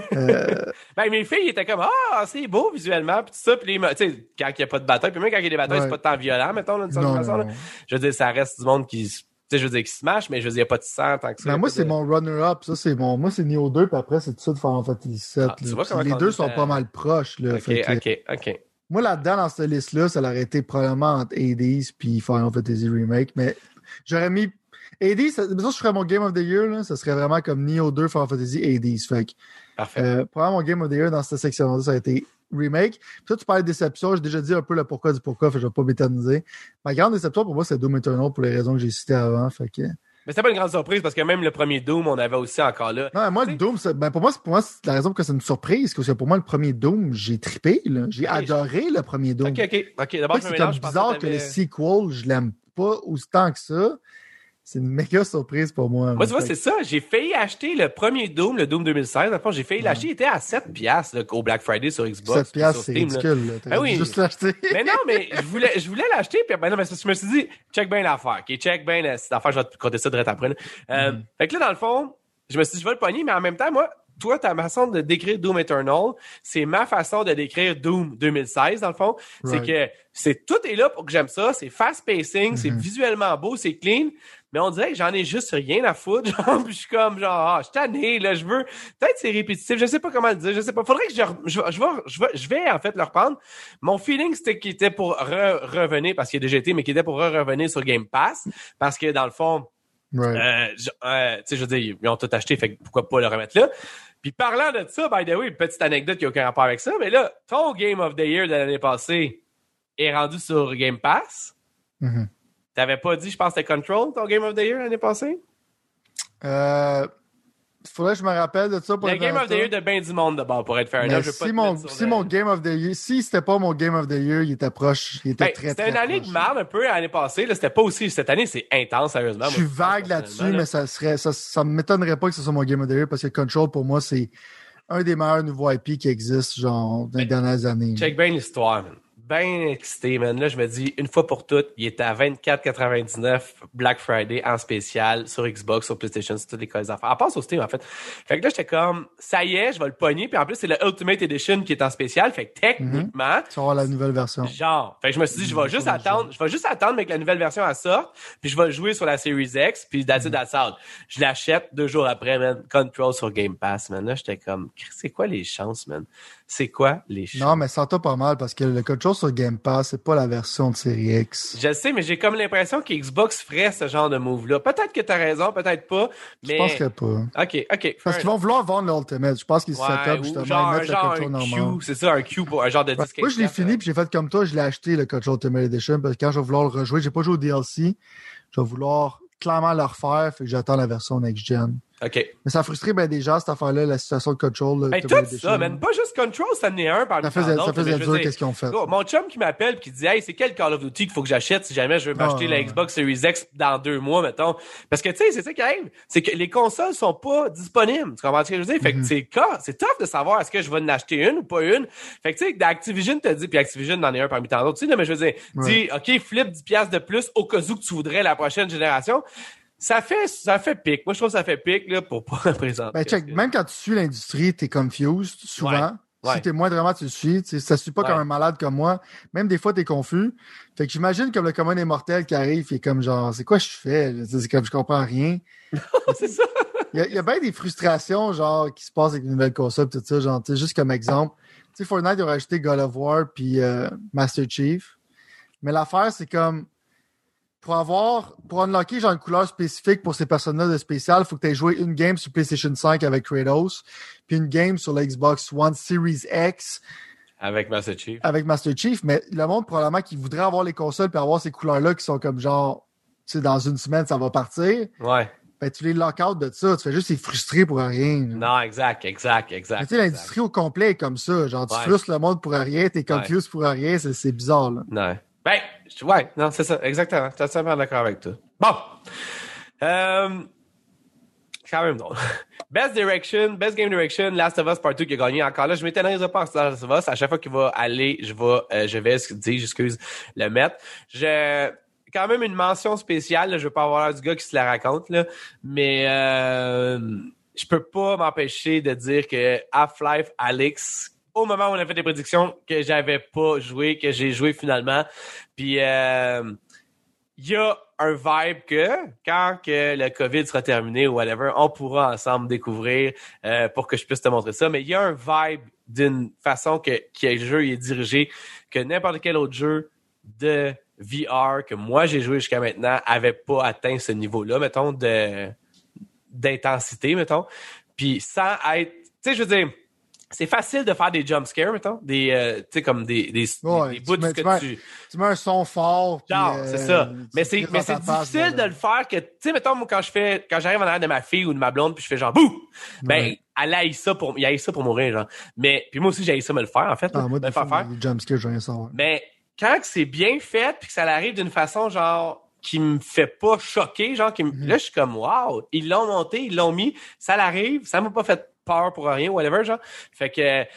Ben, mes filles étaient comme, c'est beau visuellement, pis tout ça, pis tu sais, quand il y a pas de bataille, puis même quand il y a des batailles, c'est pas tant violent, mettons, d'une certaine façon, là. Je veux dire, ça reste du monde qui, tu sais, je veux dire, qui se mâche, mais je veux dire, il n'y a pas de sang tant que ça. Ben, moi, c'est mon runner-up, ça, moi, c'est Nioh 2, puis après, c'est tout ça de Final Fantasy VII. Tu vois comment les deux sont pas mal proches, là. OK. Moi, là-dedans, dans cette liste-là, ça aurait été probablement entre Hades puis Final Fantasy Remake, mais j'aurais mis Hades, ça, je ferais mon Game of the Year, là, ça serait vraiment comme Nioh 2, Final Fantasy, Hades. Fait que, parfait. probablement mon Game of the Year dans cette section-là, ça a été Remake. Puis toi, tu parlais de déception, j'ai déjà dit un peu le pourquoi du pourquoi, fait que je vais pas m'éterniser. Ma grande déception pour moi, c'est Doom Eternal pour les raisons que j'ai citées avant, fait que... Mais c'était pas une grande surprise parce que même le premier Doom, on avait aussi encore là. Non, moi, le Doom, pour moi, c'est la raison que c'est une surprise, parce que pour moi, le premier Doom, j'ai trippé, là. J'ai adoré le premier Doom. OK. D'abord, c'est comme bizarre que le sequel, je l'aime pas autant que ça. C'est une méga surprise pour moi. Moi, tu vois, c'est ça. J'ai failli acheter le premier Doom, le Doom 2016. Dans le fond, j'ai failli l'acheter. Il était à 7$ au Black Friday sur Xbox. 7$, c'est ridicule. Ben oui. Juste l'acheter. Mais non, mais je voulais l'acheter. Puis ben non, mais je me suis dit, check bien l'affaire. OK, check bien cette affaire. Je vais te compter ça direct après. Fait que là, dans le fond, je me suis dit, je vais le pogner. Mais en même temps, moi, toi, ta façon de décrire Doom Eternal, c'est ma façon de décrire Doom 2016, dans le fond. Right. C'est que tout est là pour que j'aime ça. C'est fast pacing, c'est visuellement beau, c'est clean. Mais on dirait que j'en ai juste rien à foutre. Genre, puis je suis comme, je suis tanné, là, je veux. Peut-être c'est répétitif, je sais pas comment le dire, je sais pas. Faudrait que je vais en fait le reprendre. Mon feeling, c'était qu'il était pour revenir, parce qu'il a déjà été, mais qu'il était pour revenir sur Game Pass. Parce que dans le fond, tu sais, je veux dire, ils ont tout acheté, fait que pourquoi pas le remettre là. Puis parlant de ça, by the way, petite anecdote qui n'a aucun rapport avec ça, mais là, ton Game of the Year de l'année passée est rendu sur Game Pass. T'avais pas dit, je pense, c'était Control, ton Game of the Year l'année passée? Faudrait que je me rappelle de ça pour le Game of the Year de ben du monde d'abord, pour être fair. Là, mon Game of the Year, si c'était pas mon Game of the Year, il était proche, il était très, c'était une année de merde un peu l'année passée, là, c'était pas aussi, cette année, c'est intense, sérieusement. Je suis vague là-dessus, mais ça m'étonnerait pas que ce soit mon Game of the Year, parce que Control, pour moi, c'est un des meilleurs nouveaux IP qui existent, genre, dans les dernières années. Check bien l'histoire, man. Ben excité, man. Là, je me dis, une fois pour toutes, il était à 24,99 Black Friday en spécial sur Xbox, sur PlayStation, sur toutes les causes d'affaires. À part sur Steam, en fait. Fait que là, j'étais comme, ça y est, je vais le pogner. Puis en plus, c'est le Ultimate Edition qui est en spécial. Fait que techniquement... Tu vas avoir la nouvelle version. Genre. Fait que je me suis dit, je vais juste attendre, mais que la nouvelle version elle sorte. Puis je vais jouer sur la Series X. Puis that's out. Je l'achète 2 jours après, man. Control sur Game Pass, man. Là, j'étais comme, c'est quoi les chances, man? c'est quoi les shows? Non, mais ça t'a pas mal parce que le contrôle sur Game Pass, c'est pas la version de série X. Je sais, mais j'ai comme l'impression que Xbox ferait ce genre de move-là. Peut-être que t'as raison, peut-être pas, mais... Je penserais pas. OK. Parce qu'ils vont vouloir vendre l'Ultimate. Je pense qu'ils se set up justement. Genre, Ils mettent le contrôle normal. c'est ça, un Q pour un genre de disque. Moi, je l'ai fini puis j'ai fait comme toi, je l'ai acheté le contrôle Ultimate Edition parce que quand je vais vouloir le rejouer, j'ai pas joué au DLC. Je vais vouloir clairement le refaire, fait que j'attends la version next-gen. OK. Mais ça a frustré bien déjà, cette affaire-là, la situation de Control. Hey, tout ça, man. Pas juste Control, ça en est un parmi ça faisait dur, qu'est-ce qu'ils ont fait. Mon chum qui m'appelle et qui dit « Hey, c'est quel Call of Duty qu'il faut que j'achète si jamais je veux m'acheter la Xbox Series X dans 2 mois, mettons? » Parce que, tu sais, c'est ça qui arrive. C'est que les consoles sont pas disponibles. Tu comprends ce que je veux dire? Fait que c'est tough de savoir est-ce que je vais en acheter une ou pas une. Fait que, tu sais, Activision te dit, puis Activision en est un parmi tant d'autres, tu sais, mais je veux dire, dis « OK, flip 10$ de plus au cas où que tu voudrais la prochaine génération. » Ça fait pic. Moi, je trouve que ça fait pic, là, pour pas présenter. Ben, check, même quand tu suis l'industrie, t'es confused, souvent. Si t'es moins vraiment, tu le suis. Ça suit pas comme un malade comme moi. Même des fois, t'es confus. Fait que j'imagine comme le commun des mortels qui arrive, il est comme genre, c'est quoi je fais? C'est comme, je comprends rien. C'est ça. Il y a bien des frustrations, genre, qui se passent avec une nouvelle console, tout ça, genre, tu sais, juste comme exemple. Tu sais, Fortnite, ils ont rajouté God of War puis Master Chief. Mais l'affaire, c'est comme, pour unlocker genre une couleur spécifique pour ces personnes-là de spécial, il faut que tu aies joué une game sur PlayStation 5 avec Kratos, puis une game sur la Xbox One Series X avec Master Chief. Mais le monde, probablement, qui voudrait avoir les consoles puis avoir ces couleurs-là qui sont comme genre, tu sais, dans une semaine, ça va partir. Ouais. Ben, tu les lock-out de ça. Tu fais juste, c'est frustré pour rien. Non, exact. Mais tu sais, l'industrie au complet est comme ça. Genre, tu frustres le monde pour rien, t'es confused pour rien, c'est bizarre, là. Non. Ben, non, c'est ça, exactement. Je suis totalement d'accord avec toi. Bon. Quand même drôle. Best Game Direction, Last of Us Part 2 qui a gagné. Encore là, je m'étonnerais pas que Last of Us. À chaque fois qu'il va aller, je vais le mettre. Quand même une mention spéciale, là, je veux pas avoir l'air du gars qui se la raconte, là, mais je peux pas m'empêcher de dire que Half-Life Alyx, au moment où on a fait des prédictions, que j'avais pas joué, que j'ai joué finalement. Puis il y a un vibe que quand que le COVID sera terminé ou whatever, on pourra ensemble découvrir pour que je puisse te montrer ça. Mais il y a un vibe d'une façon que le jeu est dirigé que n'importe quel autre jeu de VR que moi j'ai joué jusqu'à maintenant avait pas atteint ce niveau-là, mettons, d'intensité, mettons. Puis sans être... Tu sais, je veux dire... C'est facile de faire des jump scares, mettons, tu sais, comme des bouts que tu mets un son fort. Genre, c'est ça. Mais c'est difficile de le faire que, tu sais, mettons, moi, quand j'arrive en arrière de ma fille ou de ma blonde, puis je fais genre, bouh! Ben, elle haït ça pour mourir, genre. Mais, puis moi aussi, j'ai haï ça me le faire, en fait. Moi, des fois, les jump scares, je veux rien savoir. Mais, quand c'est bien fait, puis que ça arrive d'une façon, genre, qui me fait pas choquer, genre, là, je suis comme, wow! Ils l'ont monté, ils l'ont mis, ça l'arrive, ça m'a pas fait peur pour rien, whatever, genre. Fait que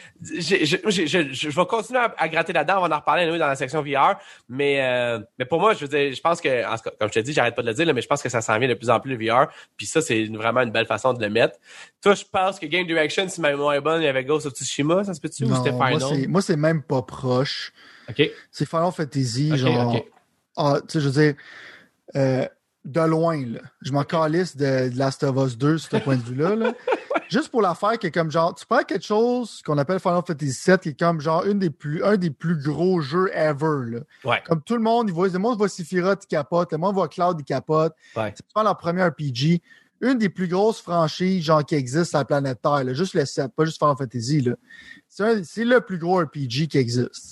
je vais continuer à gratter là-dedans, on va en reparler dans la section VR, mais pour moi, je veux dire, je pense que, comme je te dis, j'arrête pas de le dire, là, mais je pense que ça s'en vient de plus en plus le VR, puis ça, c'est vraiment une belle façon de le mettre. Toi, je pense que Game Direction, c'est même moins bonne, il y avait Ghost of Tsushima, ça se peut-tu, ou c'était Final? Moi, c'est même pas proche. OK. C'est Final Fantasy, okay, genre... Okay. Tu sais, je veux dire... de loin, là. Je m'en calisse de Last of Us 2 sur ce point de vue-là, là. Juste pour l'affaire qui est comme genre, tu prends quelque chose qu'on appelle Final Fantasy VII qui est comme genre un des plus gros jeux ever, là. Ouais. Comme tout le monde, le monde voit Sephiroth, il capote, le monde voit Cloud, il capote. Ouais. C'est souvent leur premier RPG. Une des plus grosses franchises, genre, qui existent sur la planète Terre, là. Juste le 7, pas juste Final Fantasy, là. C'est le plus gros RPG qui existe.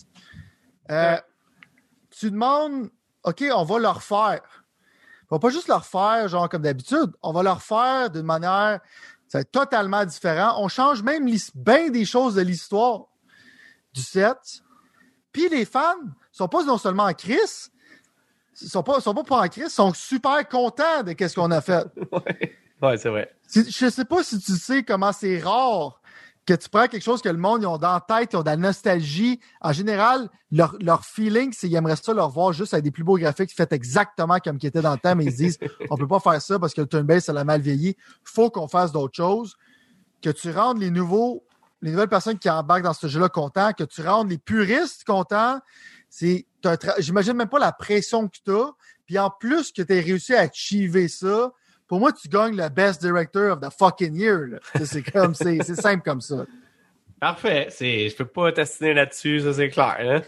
Tu demandes, OK, on va le refaire. On va pas juste le refaire, genre, comme d'habitude. On va le refaire d'une manière, ça va être totalement différent. On change même bien des choses de l'histoire du set. Puis les fans sont pas non seulement en crise, ils sont pas en crise, ils sont super contents de ce qu'on a fait. Ouais, c'est vrai. Je sais pas si tu sais comment c'est rare que tu prends quelque chose que le monde, ils ont dans la tête, ils ont de la nostalgie. En général, leur feeling, c'est qu'ils aimeraient ça le revoir juste avec des plus beaux graphiques faits exactement comme qui étaient dans le temps, mais ils se disent, on peut pas faire ça parce que le turn-based, ça l'a mal vieilli. Faut qu'on fasse d'autres choses. Que tu rendes les nouvelles personnes qui embarquent dans ce jeu-là contents, que tu rendes les puristes contents. J'imagine même pas la pression que tu as. Puis en plus que tu aies réussi à achiever ça, pour moi, tu gagnes le Best Director of the fucking Year. C'est simple comme ça. Parfait. Je peux pas t'assiner là-dessus, ça c'est clair. Hein?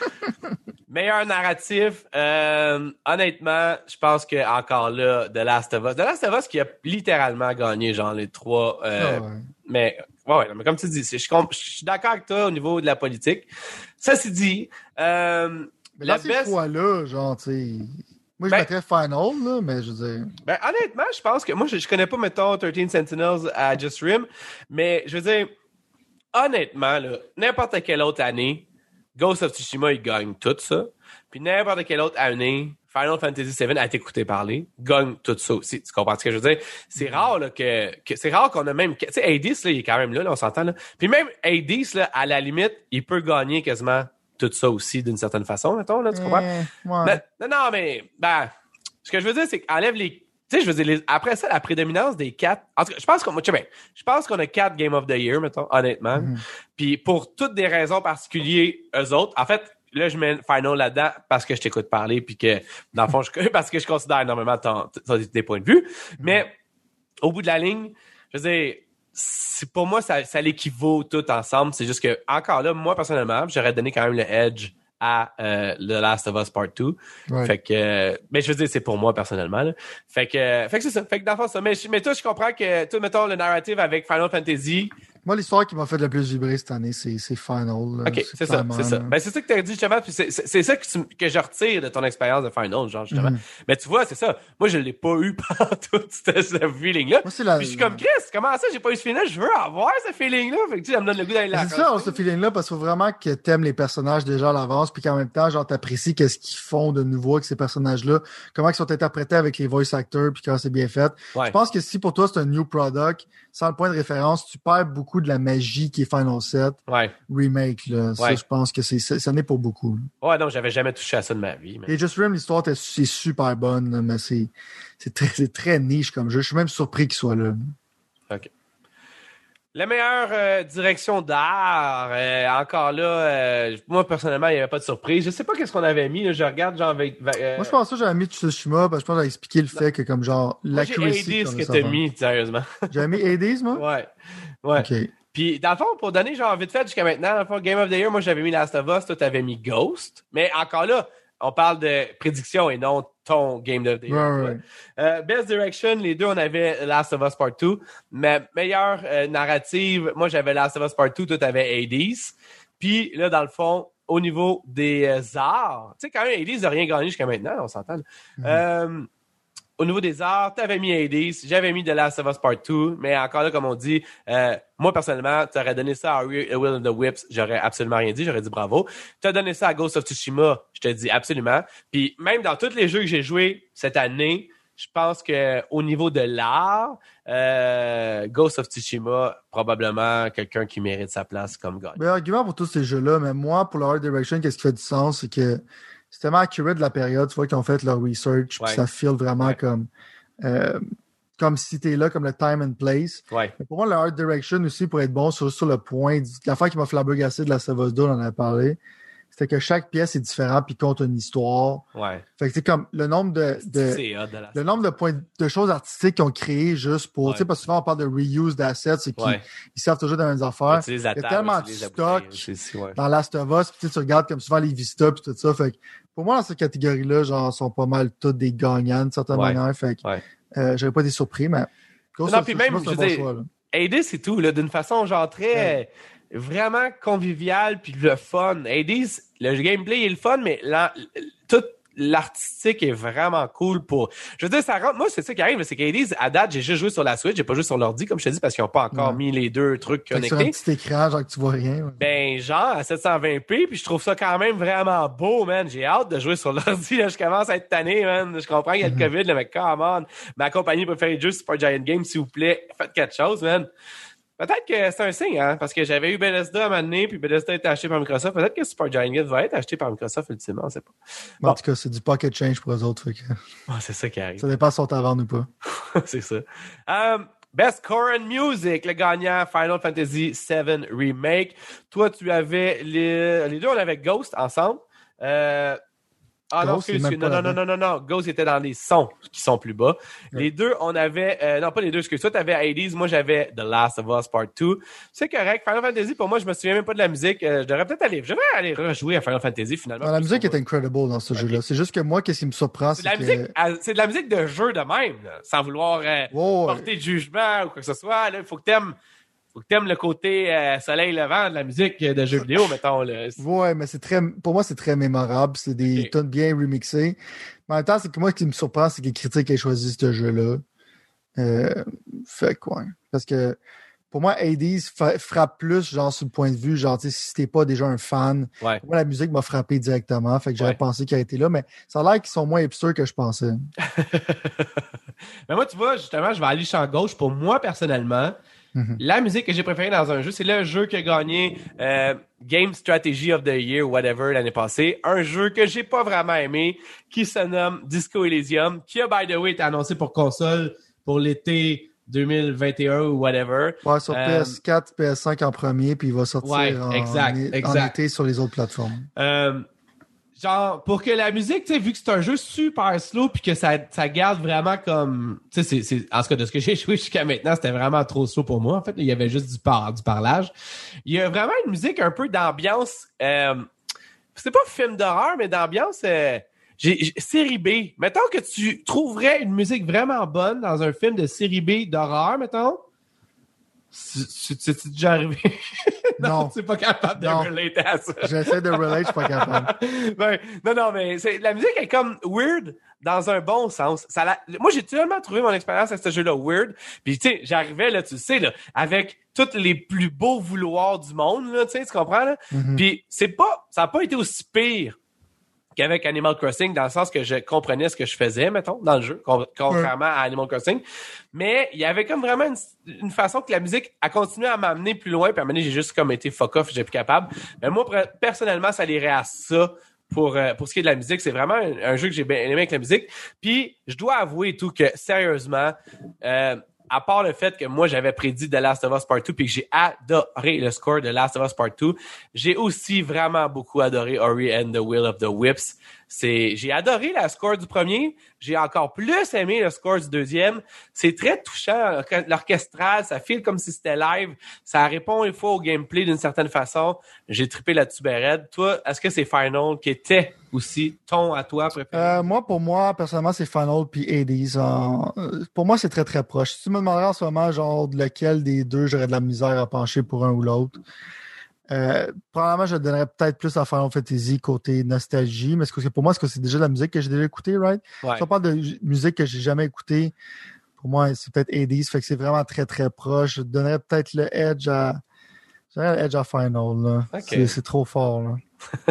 Meilleur narratif, honnêtement, je pense que encore là, The Last of Us. The Last of Us qui a littéralement gagné genre les 3. Mais ouais, mais comme tu dis, je suis d'accord avec toi au niveau de la politique. Ça c'est dit. Mais là, ces fois-là, genre, tu sais. Moi, je mettrais Final, là, mais je veux dire. Ben, honnêtement, je pense que moi, je connais pas, mettons, 13 Sentinels à Just Rim, mais je veux dire, honnêtement, là, n'importe quelle autre année, Ghost of Tsushima, il gagne tout ça. Puis n'importe quelle autre année, Final Fantasy VII a été écouté parler, gagne tout ça aussi. Tu comprends ce que je veux dire? C'est rare là, que c'est rare qu'on a même. Tu sais, Hades, là, il est quand même là, on s'entend. Là. Puis même Hades, là, à la limite, il peut gagner quasiment tout ça aussi d'une certaine façon, mettons, là, tu comprends? Ouais. Non, mais ce que je veux dire, c'est qu'enlève les. Tu sais, je veux dire, après ça, la prédominance des 4. En tout cas, je pense qu'on a 4 Game of the Year, mettons, honnêtement. Puis pour toutes des raisons particulières, eux autres, en fait, là, je mets Final là-dedans parce que je t'écoute parler, puis que, dans le fond, parce que je considère énormément tes points de vue. Mais au bout de la ligne, je veux dire, pour moi, ça l'équivaut tout ensemble. C'est juste que, encore là, moi, personnellement, j'aurais donné quand même le edge à The Last of Us Part 2. Ouais. Fait que mais je veux dire, c'est pour moi personnellement. Là. Fait que c'est ça. Fait que dans le fond, ça. Mais toi, je comprends que toi, mettons le narrative avec Final Fantasy. Moi, l'histoire qui m'a fait le plus vibrer cette année, c'est Final. Là. OK, c'est ça. Ben, c'est ça que tu as dit, justement, puis c'est ça que je retire de ton expérience de Final, genre, justement. Mais tu vois, c'est ça. Moi, je l'ai pas eu pendant tout ce feeling-là. Puis je suis comme, Chris, comment ça, j'ai pas eu ce feeling-là? Je veux avoir ce feeling-là. Fait que tu sais, ça me donne le goût d'aller là. C'est ça, ce feeling-là, parce qu'il faut vraiment que t'aimes les personnages déjà à l'avance, puis qu'en même temps, genre, t'apprécies qu'est-ce qu'ils font de nouveau avec ces personnages-là, comment ils sont interprétés avec les voice actors, puis quand c'est bien fait. Ouais. Je pense que si pour toi, c'est un new product, sans le point de référence, tu perds beaucoup de la magie qui est Final 7 remake. Là. Ça, je pense que ça n'est pas beaucoup. Là. Ouais, non, j'avais jamais touché à ça de ma vie. Mais... Et Just Rim, l'histoire, c'est super bonne, là, mais c'est très niche comme jeu. Je suis même surpris qu'il soit là. OK. La meilleure direction d'art, encore là, moi personnellement, il n'y avait pas de surprise. Je sais pas qu'est-ce qu'on avait mis. Là, je regarde genre avec. Moi, je pense que j'avais mis Tsushima, parce que je pense que j'avais expliqué le fait que comme genre l'accuracy. J'ai Hades que t'as mis, sérieusement. J'avais mis Hades, moi? Ouais. OK. Puis, dans le fond, pour donner genre vite fait jusqu'à maintenant, dans le fond, Game of the Year, moi j'avais mis Last of Us, toi t'avais mis Ghost. Mais encore là, on parle de prédiction et non ton Game of the Year. Ouais. Best Direction, les deux, on avait Last of Us Part 2. Mais meilleure narrative, moi j'avais Last of Us Part 2, toi t'avais Hades. Puis là, dans le fond, au niveau des arts, tu sais, quand même, Hades n'a rien gagné jusqu'à maintenant, on s'entend. Au niveau des arts, t'avais mis Hades, j'avais mis The Last of Us Part 2, mais encore là, comme on dit, moi, personnellement, t'aurais donné ça à Will and the Whips, j'aurais absolument rien dit, j'aurais dit bravo. T'as donné ça à Ghost of Tsushima, je te dis absolument. Puis même dans tous les jeux que j'ai joués cette année, je pense que au niveau de l'art, Ghost of Tsushima, probablement quelqu'un qui mérite sa place comme gagnant. Ben, argument pour tous ces jeux-là, mais moi, pour le Art Direction, qu'est-ce qui fait du sens, c'est que c'est tellement accurate de la période, tu vois, qu'ils ont fait leur research, puis ça file vraiment comme si t'es là, comme le time and place. Ouais. Mais pour moi, le art direction aussi, pour être bon sur le point, l'affaire qui m'a flabbergassé de la Savos 2, on en a parlé, c'était que chaque pièce est différente puis compte une histoire. Ouais. Fait que c'est comme le nombre le nombre de points de choses artistiques qu'ils ont créé juste pour, tu sais, parce que souvent on parle de reuse d'assets, c'est qu'ils servent toujours des mêmes affaires. Il y a tellement de stock dans Last of Us, puis tu regardes comme souvent les Vista puis tout ça. Fait que pour moi, dans cette catégorie-là, genre, sont pas mal toutes des gagnants d'une certaine manière. Fait que j'aurais pas été surpris, mais non, puis même, je veux dire, Hades, c'est tout, là, d'une façon genre très vraiment conviviale puis le fun. Hades, le gameplay est le fun, mais tout l'artistique est vraiment cool pour... Je veux dire, ça rentre... Moi, c'est ça qui arrive, c'est qu'Hades, à date, j'ai juste joué sur la Switch, j'ai pas joué sur l'ordi, comme je te dis, parce qu'ils ont pas encore mis les deux trucs connectés. Sur un petit écran, genre que tu vois rien. Ouais. Ben, genre, à 720p, puis je trouve ça quand même vraiment beau, man. J'ai hâte de jouer sur l'ordi, là. Je commence à être tanné, man. Je comprends qu'il y a le COVID, là, mais come on. Ma compagnie préférée de jeu, Super Giant Games, s'il vous plaît, faites quelque chose, man. Peut-être que c'est un signe, hein, parce que j'avais eu Bethesda à un moment donné, puis Bethesda a été acheté par Microsoft. Peut-être que Super Giant Games va être acheté par Microsoft ultimement, on sait pas. Bon. En tout cas, c'est du pocket change pour eux autres. Fait que... c'est ça qui arrive. Ça dépend si on t'en vend ou pas. C'est ça. Best Core and Music, le gagnant Final Fantasy VII Remake. Toi, tu avais les deux, on avait Ghost ensemble. Ah non, non. Ghost était dans les sons qui sont plus bas. Ouais. Les deux, on avait... non, pas les deux, excuse toi, t'avais Hades, moi j'avais The Last of Us Part 2. C'est correct. Final Fantasy, pour moi, je me souviens même pas de la musique. Je devrais peut-être aller rejouer à Final Fantasy, finalement. Non, la musique est incredible dans ce jeu-là. C'est juste que moi, qu'est-ce qui me surprend, c'est de la musique de jeu de même, là, sans vouloir porter de jugement ou quoi que ce soit. Il faut que t'aimes le côté soleil levant de la musique de jeux vidéo, mettons. Là. Ouais, mais pour moi, c'est très mémorable. C'est des tunes bien remixées. Mais en même temps, c'est que moi, ce qui me surprend, c'est que les critiques aient choisi ce jeu-là. Fait quoi? Parce que pour moi, Hades frappe plus, genre, sur le point de vue, genre, si t'es pas déjà un fan. Ouais. Moi, la musique m'a frappé directement. Fait que j'avais pensé qu'elle était là, mais ça a l'air qu'ils sont moins hipsters que je pensais. Mais moi, tu vois, justement, je vais aller champ gauche. Pour moi, personnellement, la musique que j'ai préférée dans un jeu, c'est le jeu qui a gagné Game Strategy of the Year ou whatever l'année passée. Un jeu que j'ai pas vraiment aimé, qui se nomme Disco Elysium, qui a, by the way, été annoncé pour console pour l'été 2021 ou whatever. Ouais, sur PS4, PS5 en premier, puis il va sortir en été sur les autres plateformes. Genre, pour que la musique, tu sais, vu que c'est un jeu super slow puis que ça garde vraiment comme... Tu sais, c'est en tout cas, de ce que j'ai joué jusqu'à maintenant, c'était vraiment trop slow pour moi. En fait, il y avait juste du parlage. Il y a vraiment une musique un peu d'ambiance... c'est pas film d'horreur, mais d'ambiance... série B. Mettons que tu trouverais une musique vraiment bonne dans un film de série B d'horreur, mettons. C'est déjà arrivé? Non, tu n'es pas capable de relater à ça. J'essaie de relate, je suis pas capable. Non, mais la musique est comme weird dans un bon sens. Moi, j'ai tellement trouvé mon expérience avec ce jeu-là weird. Puis, tu sais, j'arrivais, là, tu sais, là, avec tous les plus beaux vouloirs du monde, là, tu sais, tu comprends, là? Mm-hmm. Puis, ça n'a pas été aussi pire qu'avec Animal Crossing, dans le sens que je comprenais ce que je faisais, mettons, dans le jeu, contrairement à Animal Crossing. Mais il y avait comme vraiment une façon que la musique a continué à m'amener plus loin, puis à un moment donné, j'ai juste comme été fuck off, j'ai plus capable. Mais moi, personnellement, ça irait à ça pour ce qui est de la musique. C'est vraiment un jeu que j'ai bien aimé avec la musique. Puis, je dois avouer tout que, sérieusement, à part le fait que moi, j'avais prédit The Last of Us Part 2 puis que j'ai adoré le score de The Last of Us Part 2, j'ai aussi vraiment beaucoup adoré Ori and the Will of the Wisps. J'ai adoré la score du premier, j'ai encore plus aimé le score du deuxième. C'est très touchant, l'orchestral, ça file comme si c'était live, ça répond une fois au gameplay d'une certaine façon. J'ai trippé là-dessus, Bered. Toi, est-ce que c'est Final qui était aussi ton à toi préféré? Pour moi, personnellement, c'est Final puis Hades. Pour moi, c'est très, très proche. Si tu me demanderais en ce moment, genre, de lequel des deux j'aurais de la misère à pencher pour un ou l'autre, probablement, je donnerais peut-être plus à Final Fantasy côté nostalgie, mais pour moi, c'est déjà de la musique que j'ai déjà écoutée, right? Ouais. Si on parle de musique que j'ai jamais écoutée, pour moi, c'est peut-être Hades, fait que c'est vraiment très, très proche. Je donnerais peut-être le Edge à Final, là. Okay. C'est trop fort, là.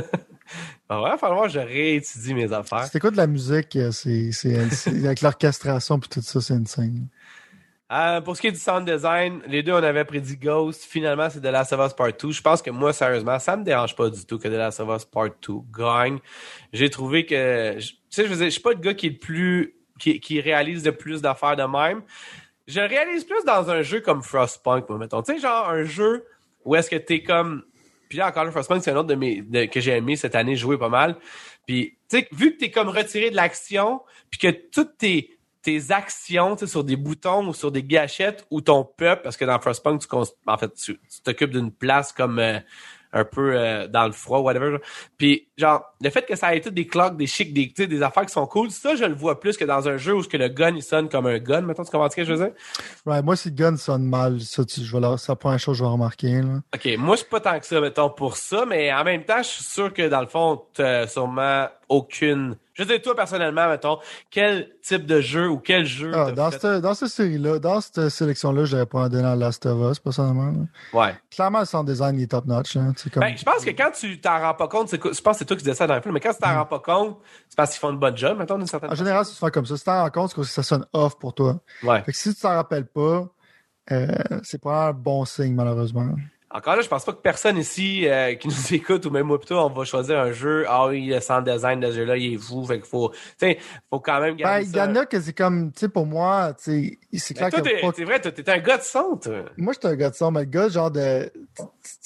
Ben ouais, il va falloir que je réétudie mes affaires. C'était quoi de la musique? C'est avec l'orchestration puis tout ça, c'est insane. Pour ce qui est du sound design, les deux, on avait prédit Ghost. Finalement, c'est The Last of Us Part 2. Je pense que moi, sérieusement, ça me dérange pas du tout que The Last of Us Part 2 gagne. J'ai trouvé que... Tu sais, je suis pas le gars qui est le plus... qui réalise le plus d'affaires de même. Je réalise plus dans un jeu comme Frostpunk, moi, mettons. Tu sais, genre un jeu où est-ce que t'es comme... Puis là, encore le Frostpunk, c'est un autre que j'ai aimé cette année, jouer pas mal. Puis, tu sais, vu que t'es comme retiré de l'action, puis que toutes tes actions, tu sais, sur des boutons ou sur des gâchettes ou ton peuple, parce que dans Frostpunk, tu t'occupes d'une place comme un peu dans le froid, whatever. Genre. Puis, genre, le fait que ça ait tout des clocks, des chics, des affaires qui sont cool, ça, je le vois plus que dans un jeu où que le gun, il sonne comme un gun. Mettons, tu comprends ce que je veux dire? Ouais, moi, si le gun sonne mal, ça, c'est la première chose que je vais remarquer, là. OK, moi, je suis pas tant que ça, mettons, pour ça, mais en même temps, je suis sûr que, dans le fond, t'as sûrement aucune... Je veux dire, toi, personnellement, mettons, quel type de jeu ou quel jeu... Dans cette série-là, dans cette sélection-là, je l'avais pas donné à Last of Us, personnellement. Là. Ouais. Clairement, le sound design il est top-notch. Hein, je pense que quand tu t'en rends pas compte, je pense que c'est toi qui disais ça dans le film, mais quand tu t'en rends pas compte, c'est parce qu'ils font une bonne job, mettons, d'une certaine façon. En général, si tu fais comme ça, si tu t'en rends compte, c'est que ça sonne off pour toi. Ouais. Fait que si tu t'en rappelles pas, c'est pas un bon signe, malheureusement. Encore là, je pense pas que personne ici qui nous écoute, ou même moi plutôt, on va choisir un jeu. Ah oui, le sound design de ce jeu-là, il est fou. Fait qu'il faut quand même garder ça. Il y en a que c'est comme, tu sais, pour moi, c'est clair que... C'est vrai, t'es un gars de son, toi. Moi, j'étais un gars de son, mais le gars, genre de...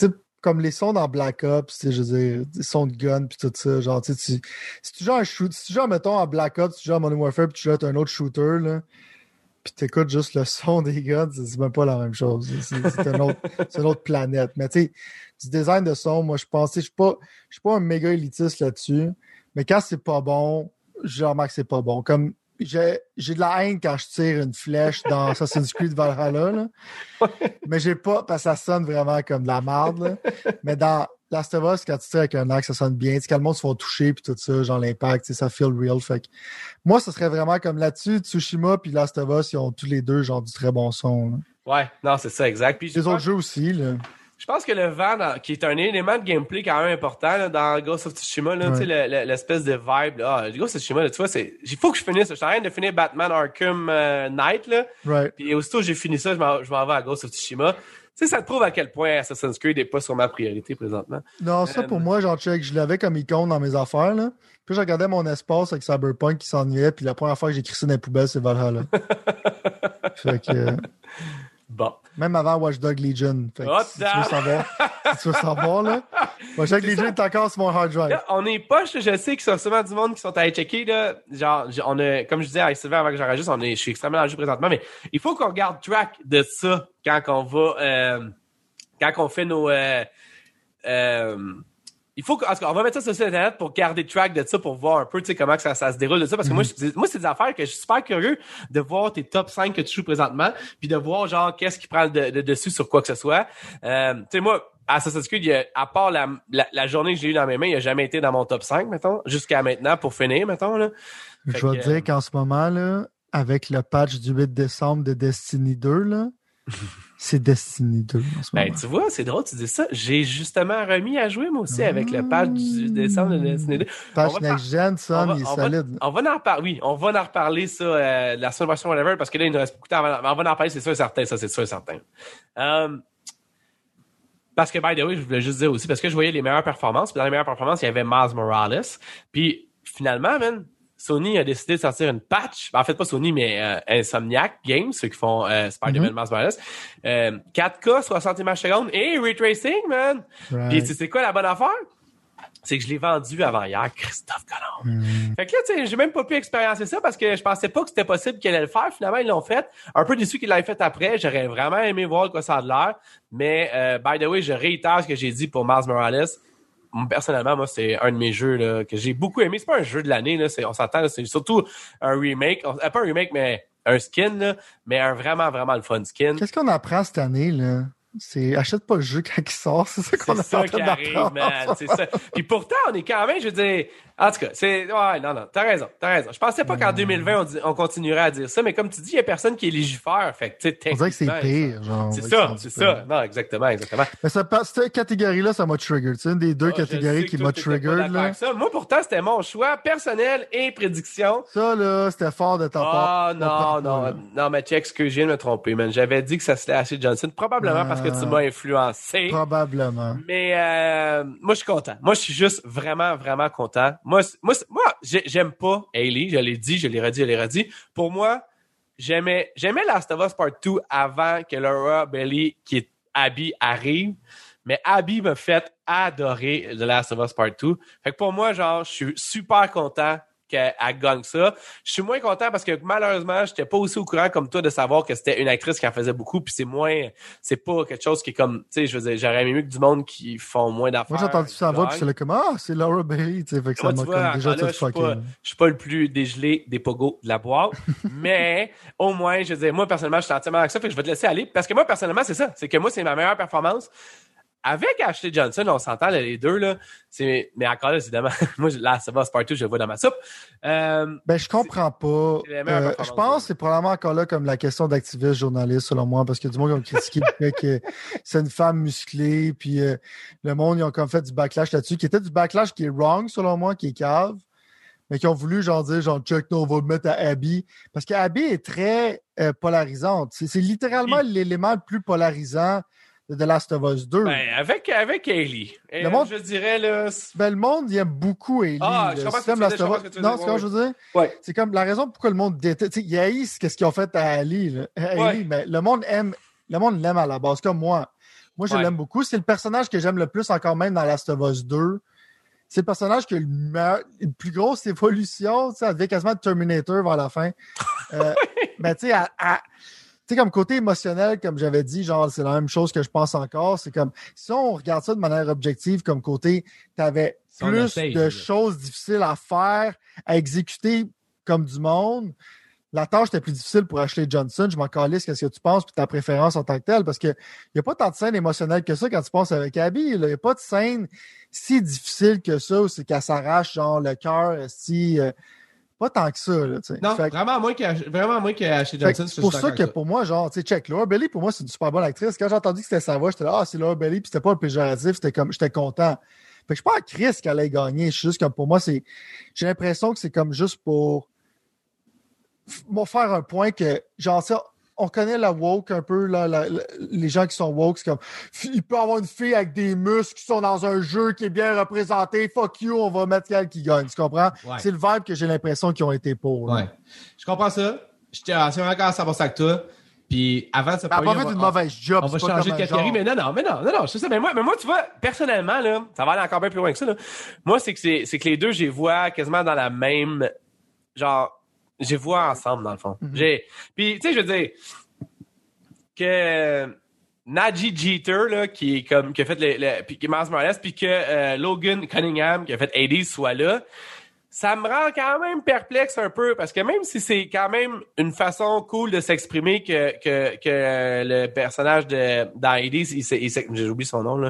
comme les sons dans Black Ops, je veux dire, les sons de gun puis tout ça, genre, tu sais, si tu joues mettons, en Black Ops, tu joues en Modern Warfare puis tu joues à un autre shooter, là, puis t'écoutes juste le son des guns, c'est même pas la même chose. C'est une autre planète. Mais tu sais, du design de son, moi, je pense, je suis pas un méga élitiste là-dessus, mais quand c'est pas bon, je remarque que c'est pas bon. Comme, j'ai de la haine quand je tire une flèche dans Assassin's Creed Valhalla, là. Mais j'ai pas, parce que ça sonne vraiment comme de la merde, là. Mais dans Last of Us, quand tu tires avec un axe, ça sonne bien. Tu sais, quand le monde se font toucher puis tout ça, genre l'impact, tu sais, ça feel real. Fait que moi, ce serait vraiment comme là-dessus, Tsushima puis Last of Us, ils ont tous les deux genre du très bon son, là. Ouais, non, c'est ça, exact. Puis les autres jeux aussi, là. Je pense que le vent, qui est un élément de gameplay quand même important là, dans Ghost of Tsushima, là, tu sais, l'espèce de vibe. Là, Ghost of Tsushima, là, tu vois, il faut que je finisse. Je suis en train de finir Batman Arkham Knight, là. Right. Puis aussitôt que j'ai fini ça, je m'en vais à Ghost of Tsushima. Tu sais, ça te prouve à quel point Assassin's Creed n'est pas sur ma priorité présentement. Non, ça pour moi, genre, check, je l'avais comme icône dans mes affaires, là. Puis je regardais mon espace avec Cyberpunk qui s'ennuyait, puis la première fois que j'ai écrit ça dans les poubelles, c'est Valhalla. Fait que... Bon. Même avant Watch Dogs Legion. Fait que si tu veux savoir, là, Watch Dogs Legion est encore sur mon hard drive. Là, on est poche, je sais qu'il y a sûrement du monde qui sont allés checker, là. Genre, on a, comme je disais à Sylvain avant que j'enregistre, je suis extrêmement dans le jeu présentement, mais il faut qu'on regarde track de ça quand on fait nos, il faut qu'on va mettre ça sur le site internet pour garder track de ça, pour voir un peu, tu sais, comment que ça se déroule de ça. Parce que moi, c'est des affaires que je suis super curieux de voir tes top 5 que tu joues présentement, puis de voir, genre, qu'est-ce qui prend le dessus sur quoi que ce soit. Tu sais, moi, Assassin's Creed, à part la journée que j'ai eue dans mes mains, il a jamais été dans mon top 5, mettons, jusqu'à maintenant, pour finir, mettons, là. Je vais te dire qu'en ce moment, là, avec le patch du 8 décembre de Destiny 2, là, c'est Destiny 2 en ce moment. Ben, tu vois, c'est drôle, tu dis ça. J'ai justement remis à jouer, moi aussi, avec le patch du décembre de Destiny 2. Patch next-gen, ça, il est solide. On va en reparler, on va en reparler, ça, la semaine prochaine, whatever, parce que là, il nous reste beaucoup de temps. On va en reparler, c'est sûr et certain, ça, c'est sûr et certain. Parce que, by the way, je voulais juste dire aussi, parce que je voyais les meilleures performances, puis dans les meilleures performances, il y avait Miles Morales. Puis, finalement, man, Sony a décidé de sortir une patch. En fait, pas Sony, mais Insomniac Games, ceux qui font Spider-Man Miles Morales. 4K, 60 images secondes et Ray Tracing, man. Right. Puis, c'est quoi la bonne affaire? C'est que je l'ai vendu avant hier, Christophe Colomb. Fait que là, tu sais, j'ai même pas pu expériencer ça parce que je pensais pas que c'était possible qu'elle allait le faire. Finalement, ils l'ont fait. Un peu déçu qu'ils l'aient fait après. J'aurais vraiment aimé voir quoi ça a de l'air. Mais, by the way, je réitère ce que j'ai dit pour Miles Morales. Personnellement, moi, c'est un de mes jeux là, que j'ai beaucoup aimé. C'est pas un jeu de l'année, là. On s'entend, là, c'est surtout un remake. Pas un remake, mais un skin, là, mais un vraiment, vraiment le fun skin. Qu'est-ce qu'on apprend cette année, là? C'est achète pas le jeu quand il sort, c'est ça qu'on a C'est ça qui arrive, man. C'est ça. Puis pourtant, on est quand même, je veux dire, en tout cas, ouais, non, t'as raison. Je pensais pas qu'en 2020, on continuerait à dire ça, mais comme tu dis, il y a personne qui est légifère, fait que, tu sais, on dirait que c'est pire, genre. C'est ça. Non, exactement. Mais cette catégorie-là, ça m'a trigger. C'est une des deux catégories qui m'a trigger, là. Moi, pourtant, c'était mon choix personnel et prédiction. Ça, là, c'était fort de ta part. Non, mais check ce que je viens de me tromper, man. J'avais dit que ça serait Ashley Johnson, probablement parce que tu m'as influencé. Probablement. Mais moi, je suis content. Moi, je suis juste vraiment, vraiment content. Moi, j'aime pas Hailey. Je l'ai dit, je l'ai redit. Pour moi, j'aimais Last of Us Part 2 avant que Laura Bailey, qui est Abby, arrive. Mais Abby m'a fait adorer The Last of Us Part 2. Fait que pour moi, genre, je suis super content qu'elle gagne ça. Je suis moins content parce que malheureusement, j'étais pas aussi au courant comme toi de savoir que c'était une actrice qui en faisait beaucoup, puis c'est pas quelque chose qui est comme, tu sais, je veux dire, j'aurais aimé mieux que du monde qui font moins d'affaires. Moi, j'ai entendu ça va, puis c'est là comme, c'est Laura Bailey, tu sais, fait que ça m'a comme déjà tout fucké. Je suis pas le plus dégelé des pogos de la boîte, mais au moins, je veux dire, moi, personnellement, je suis entièrement avec ça, fait que je vais te laisser aller, parce que moi, personnellement, c'est ça, c'est que moi, c'est ma meilleure performance. Avec Ashley Johnson, on s'entend là, les deux, là. Mais encore là, évidemment, moi, là, ça va, c'est partout, je le vois dans ma soupe. Je comprends pas. Je pense que c'est probablement encore là comme la question d'activiste journaliste, selon moi, parce que du monde qui ont critiqué le fait que c'est une femme musclée, puis le monde, ils ont comme fait du backlash là-dessus, qui était du backlash qui est wrong, selon moi, qui est cave, mais qui ont voulu, genre, dire, genre, check, non, on va le mettre à Abby. Parce qu'Abby est très polarisante. C'est littéralement l'élément le plus polarisant de The Last of Us 2. Ben, avec Hailey. Le monde, je dirais, là... le monde, il aime beaucoup Hailey. Je comprends ce que tu veux dire. Non, c'est comme je veux dire. Ouais. C'est comme la raison pourquoi le monde déteste. Il haïssent ce qu'ils ont fait à Hailey. Mais le monde l'aime à la base, comme moi. Moi, je l'aime beaucoup. C'est le personnage que j'aime le plus encore même dans Last of Us 2. C'est le personnage qui a une plus grosse évolution. Tu sais, elle devient quasiment Terminator vers la fin. Mais tu sais, comme côté émotionnel, comme j'avais dit, genre, c'est la même chose que je pense encore. C'est comme, si on regarde ça de manière objective, comme côté, t'avais plus de choses difficiles à faire, à exécuter comme du monde. La tâche était plus difficile pour Ashley Johnson. Je m'en calisse, qu'est-ce que tu penses, puis ta préférence en tant que telle, parce que il n'y a pas tant de scènes émotionnelles que ça quand tu penses avec Abby. Il n'y a pas de scène si difficile que ça, où c'est qu'elle s'arrache, genre, le cœur, pas tant que ça, là, tu sais. Non, vraiment moins que Ashley Johnson. C'est pour ça que pour moi, genre, tu sais, check, Laura Bailey, pour moi, c'est une super bonne actrice. Quand j'ai entendu que c'était sa voix, j'étais là, c'est Laura Bailey, puis c'était pas un péjoratif, j'étais content. Fait que je suis pas à Chris qu'elle ait gagné. Je suis juste comme, pour moi, j'ai l'impression que c'est comme juste pour faire un point que, genre, ça, on connaît la woke un peu, là, les gens qui sont woke, c'est comme, il peut y avoir une fille avec des muscles qui sont dans un jeu qui est bien représenté, fuck you, on va mettre elle qui gagne, tu comprends? Ouais. C'est le vibe que j'ai l'impression qu'ils ont été pour. Là. Ouais. Je comprends ça. Je suis encore à 100% avec toi. Puis avant de se parler, on va faire une mauvaise job. On va changer de catégorie, mais non, je sais ça. Mais moi, tu vois, personnellement, là, ça va aller encore bien plus loin que ça, là. Moi, c'est que les deux, je les vois quasiment dans la même, genre, je les vois ensemble, dans le fond. Mm-hmm. Puis, tu sais, je veux dire, que Najee Jeter, là, qui a fait puis qui est Miles Morales, puis que Logan Cunningham, qui a fait Hades, soit là, ça me rend quand même perplexe un peu, parce que même si c'est quand même une façon cool de s'exprimer que le personnage dans Hades, j'ai oublié son nom, là,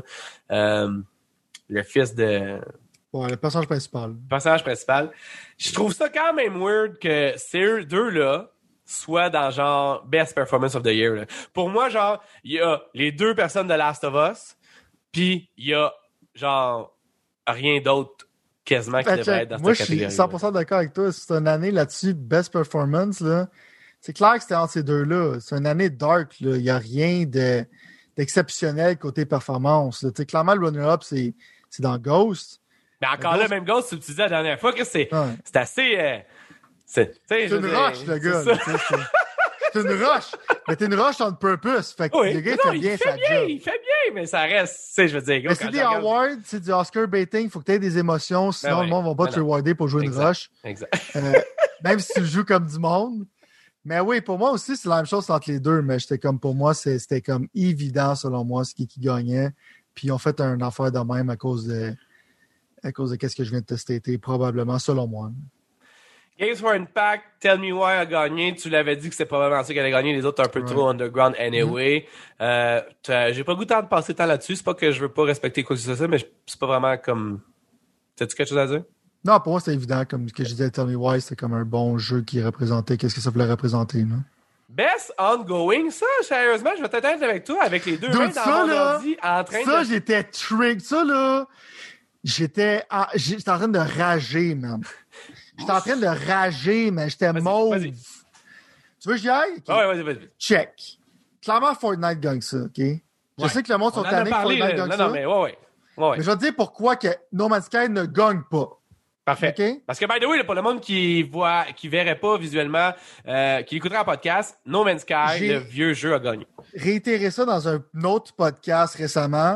le fils de... Ouais, le personnage principal. Le personnage principal. Je trouve ça quand même weird que ces deux-là soient dans genre Best Performance of the Year. Là. Pour moi, genre, il y a les deux personnes de Last of Us, puis il y a genre rien d'autre quasiment qui devrait être dans cette catégorie. Moi, je suis 100% d'accord avec toi. C'est une année là-dessus, Best Performance, là. C'est clair que c'était entre ces deux-là. C'est une année dark, là. Il n'y a rien d'exceptionnel côté performance. Clairement, le runner-up, c'est dans Ghost. Mais encore là, même Ghost, tu disais la dernière fois que c'est assez... c'est une roche, le gars. C'est une roche. Mais t'es une roche on purpose. Fait que le gars, il fait bien sa job. Il fait bien, mais ça reste, tu sais, je veux dire. Mais c'est des awards, c'est du Oscar baiting. Il faut que t'aies des émotions, sinon le monde va pas te rewarder pour jouer une roche. Exact. Même si tu le joues comme du monde. Mais oui, pour moi aussi, c'est la même chose entre les deux. Mais pour moi, c'était comme évident, selon moi, ce qui gagnait. Puis ils ont fait un affaire de même à cause de qu'est-ce que je viens de tester, probablement, selon moi. Games for Impact, Tell Me Why a gagné. Tu l'avais dit que c'était probablement ça qu'elle allait gagner. Les autres, un peu trop underground anyway. J'ai pas le goût de passer tant là-dessus. C'est pas que je veux pas respecter quoi que ce soit, mais c'est pas vraiment comme... T'as-tu quelque chose à dire? Non, pour moi, c'est évident. Comme ce que je disais, Tell Me Why, c'était comme un bon jeu qui représentait qu'est-ce que ça voulait représenter. Là. Best Ongoing, ça, sérieusement, je vais t'être avec toi, avec les deux mains dans mon ordi, en train ça, j'étais trick. Ça, là... J'étais en train de rager, man. J'étais en train de rager, mais j'étais mauve. Vas-y. Tu veux que j'y aille? Okay. Ouais, vas-y. Check. Clairement, Fortnite gagne ça, OK? Je sais que le monde sont tannés que Fortnite gagne ça. Non, mais ouais. Mais je vais te dire pourquoi que No Man's Sky ne gagne pas. Parfait. Okay? Parce que, by the way, pour le monde qui verrait pas visuellement, qui écouterait en podcast, No Man's Sky, le vieux jeu, a gagné. Réitéré ça dans un autre podcast récemment.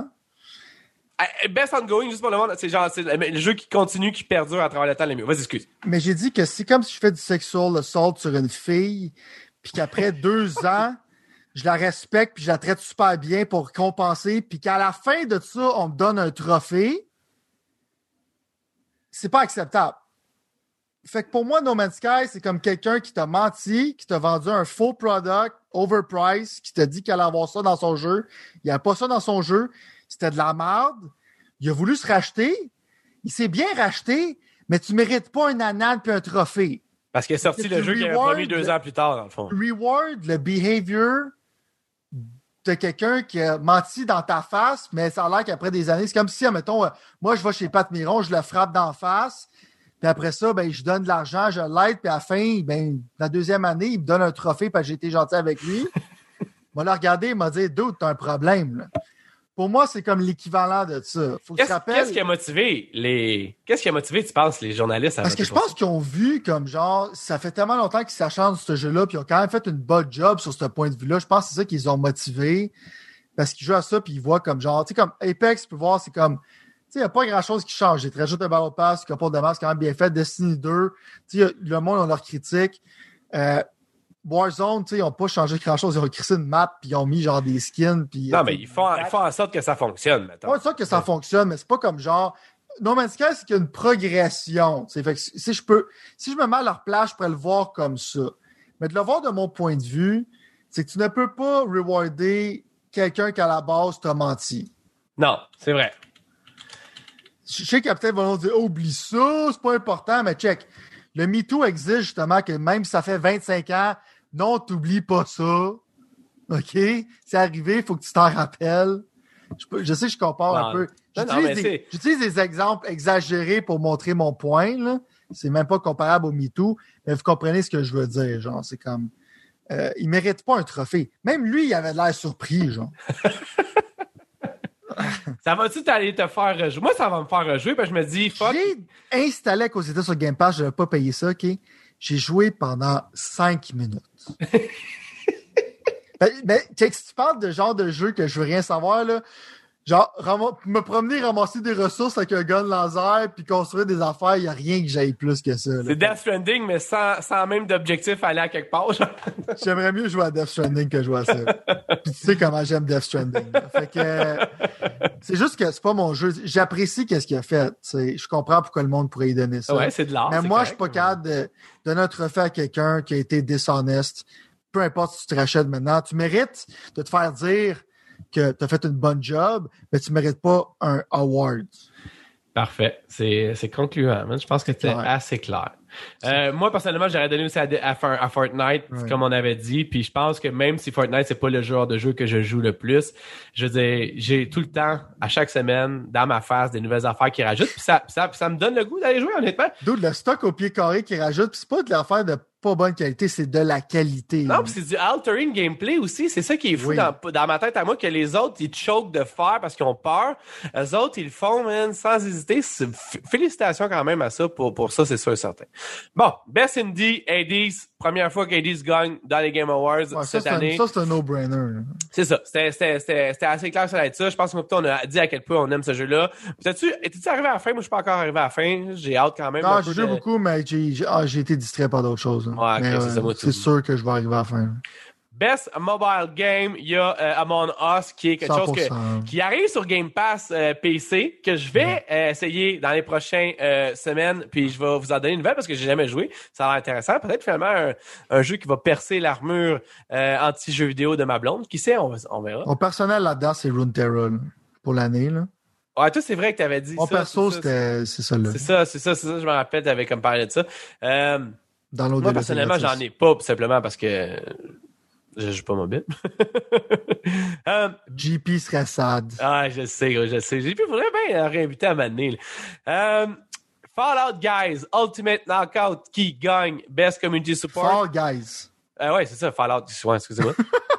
Best Ongoing, juste pour le monde, c'est le jeu qui continue, qui perdure à travers le temps le mieux. Vas-y, excuse. Mais j'ai dit que c'est comme si je fais du sexual assault sur une fille, puis qu'après 2 ans, je la respecte, puis je la traite super bien pour compenser, puis qu'à la fin de ça, on me donne un trophée. C'est pas acceptable. Fait que pour moi, No Man's Sky, c'est comme quelqu'un qui t'a menti, qui t'a vendu un faux product, overpriced, qui t'a dit qu'il allait avoir ça dans son jeu. Il n'y a pas ça dans son jeu. C'était de la merde. Il a voulu se racheter. Il s'est bien racheté, mais tu mérites pas un ananas puis un trophée. Parce qu'il est sorti le jeu qu'il avait promis 2 ans plus tard, dans le fond. Reward le behavior de quelqu'un qui a menti dans ta face, mais ça a l'air qu'après des années, c'est comme si, mettons, moi, je vais chez Pat Miron, je le frappe d'en face, puis après ça, ben, je donne de l'argent, je l'aide, puis à la fin, ben, la 2e année, il me donne un trophée parce que j'ai été gentil avec lui. Moi, là, regardé, il m'a dit, dude, t'as un problème, là. Pour moi, c'est comme l'équivalent de ça. Qu'est-ce qui a motivé tu penses, les journalistes à Parce que je pense qu'ils ont vu comme genre, ça fait tellement longtemps qu'ils s'acharnent sur ce jeu-là, puis ils ont quand même fait une bonne job sur ce point de vue-là. Je pense que c'est ça qu'ils ont motivé. parce qu'il joue à ça, puis il voit comme genre, tu sais, comme Apex, tu peux voir, c'est comme, tu sais, il n'y a pas grand-chose qui change. Il te rajoute un Battle Pass, tu comportes de masse quand même bien fait. Destiny 2, tu sais, le monde, on leur critique. Warzone, tu sais, ils n'ont pas changé grand-chose. Ils ont crissé une map, puis ils ont mis genre des skins. Puis, non, mais ils font en sorte que ça fonctionne, maintenant. Pas en sorte que ça fonctionne, mais c'est pas comme genre. No Man's Sky, c'est qu'il y a une progression. Fait que si je me mets à leur place, je pourrais le voir comme ça. Mais de le voir de mon point de vue, c'est que tu ne peux pas rewarder quelqu'un qui, à la base, t'a menti. Non, c'est vrai. Je sais qu'il y a peut-être vont dire oublie ça, c'est pas important, mais check. Le MeToo exige justement que même si ça fait 25 ans, non, t'oublies pas ça. OK? C'est arrivé, il faut que tu t'en rappelles. Je sais que je compare un peu. J'utilise des exemples exagérés pour montrer mon point. Là. C'est même pas comparable au MeToo, mais vous comprenez ce que je veux dire. Genre, c'est comme. Il mérite pas un trophée. Même lui, il avait l'air surpris, genre. Ça va-tu t'aller te faire rejouer? Moi, ça va me faire rejouer, parce que je me dis, fuck. J'ai installé à cause sur Game Pass, je n'avais pas payé ça, OK? J'ai joué pendant 5 minutes. mais si tu parles de genre de jeu que je veux rien savoir, là, genre, me promener, ramasser des ressources avec un gun laser puis construire des affaires, il n'y a rien que j'aille plus que ça. Là. C'est Death Stranding, mais sans même d'objectif aller à quelque part. J'aimerais mieux jouer à Death Stranding que jouer à ça. Puis tu sais comment j'aime Death Stranding. Là. Fait que c'est juste que c'est pas mon jeu. J'apprécie qu'est-ce qu'il a fait. Je comprends pourquoi le monde pourrait y donner ça. Ouais, c'est de l'art. Mais moi, je suis pas capable de donner un trophée à quelqu'un qui a été dishonest. Peu importe si tu te rachètes maintenant. Tu mérites de te faire dire que tu as fait une bonne job, mais tu ne mérites pas un award. Parfait. C'est concluant. Man. Je pense que c'était assez clair. Moi, personnellement, j'aurais donné aussi à Fortnite, comme on avait dit. Puis je pense que même si Fortnite, c'est pas le genre de jeu que je joue le plus, je veux dire, j'ai tout le temps, à chaque semaine, dans ma face, des nouvelles affaires qui rajoutent. Puis ça me donne le goût d'aller jouer, honnêtement. D'où le stock au pied carré qui rajoute. Puis c'est pas de l'affaire de pas bonne qualité, c'est de la qualité. Non, puis c'est du altering gameplay aussi. C'est ça qui est fou dans ma tête à moi, que les autres, ils choquent de faire parce qu'ils ont peur. Eux autres, ils le font, man, sans hésiter. Félicitations quand même à ça. Pour ça, c'est sûr et certain. Bon, Best Indie, Hades. Première fois qu'Hades gagne dans les Game Awards cette année. Ça, c'est un no-brainer. C'est ça. C'était assez clair ça va être ça. Je pense qu'on a dit à quel point on aime ce jeu-là. Étais-tu arrivé à la fin? Moi, je suis pas encore arrivé à la fin. J'ai hâte quand même. Non, j'ai joué beaucoup, mais j'ai été distrait par d'autres choses. Ouais, okay, c'est sûr que je vais arriver à la fin. Best Mobile Game, il y a Among Us, qui est quelque 100%. chose qui arrive sur Game Pass PC, que je vais essayer dans les prochaines semaines, puis je vais vous en donner une nouvelle parce que j'ai jamais joué. Ça a l'air intéressant. Peut-être finalement un jeu qui va percer l'armure anti-jeu vidéo de ma blonde. Qui sait, on verra. Mon personnel là-dedans, c'est Runeterra pour l'année. Là. Ouais, toi, c'est vrai que tu avais dit Mon ça. Mon perso, c'est ça. Là. C'est ça. Je me rappelle, tu avais comme parlé de ça. Moi, personnellement, j'en ai pas, simplement parce que je joue pas mobile. GP serait sad. Ah, je sais. GP faudrait bien réinviter à m'amener. Fallout Guys, Ultimate Knockout, qui gagne Best Community Support. Fall Guys. Ouais, c'est ça, Fallout. Ouais, excusez-moi.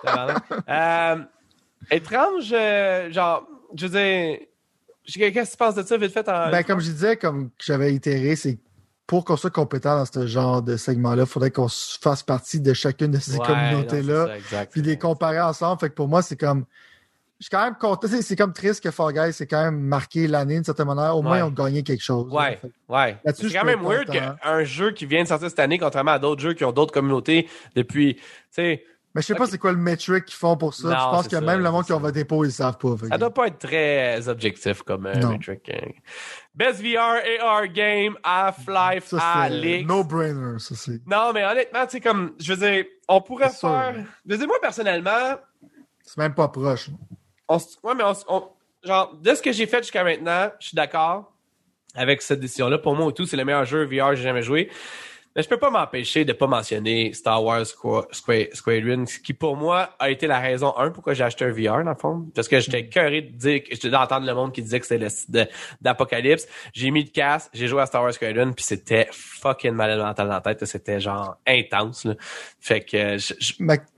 Étrange, genre, je veux dire, qu'est-ce que tu penses de ça, vite fait? Comme je disais, comme j'avais itéré, c'est pour qu'on soit compétent dans ce genre de segment-là, il faudrait qu'on fasse partie de chacune de ces communautés-là, puis les comparer ensemble. Fait que pour moi, c'est comme... Je suis quand même content. C'est comme triste que Fall Guys, c'est quand même marqué l'année d'une certaine manière. Au moins, on a gagné quelque chose. Ouais. C'est quand même weird qu'un jeu qui vient de sortir cette année, contrairement à d'autres jeux qui ont d'autres communautés depuis... tu sais. Mais je sais pas c'est quoi le metric qu'ils font pour ça. Non, je pense que même le monde qui ont voté pour, ils savent pas. Ça doit pas être très objectif comme metric. Best VR AR Game, Half-Life, Alyx. No-brainer, ça c'est. Non, mais honnêtement, tu sais, comme, je veux dire, on pourrait faire... Je veux dire, moi, personnellement... C'est même pas proche. Genre, de ce que j'ai fait jusqu'à maintenant, je suis d'accord avec cette décision-là. Pour moi, c'est le meilleur jeu VR que j'ai jamais joué. Mais je peux pas m'empêcher de pas mentionner Star Wars Squadron, qui pour moi a été la raison, pourquoi j'ai acheté un VR, dans le fond. Parce que j'étais curé d'entendre le monde qui disait que c'était d'Apocalypse. J'ai mis le casque, j'ai joué à Star Wars Squadron, puis c'était fucking malade mental dans la tête. C'était genre intense, là. Fait que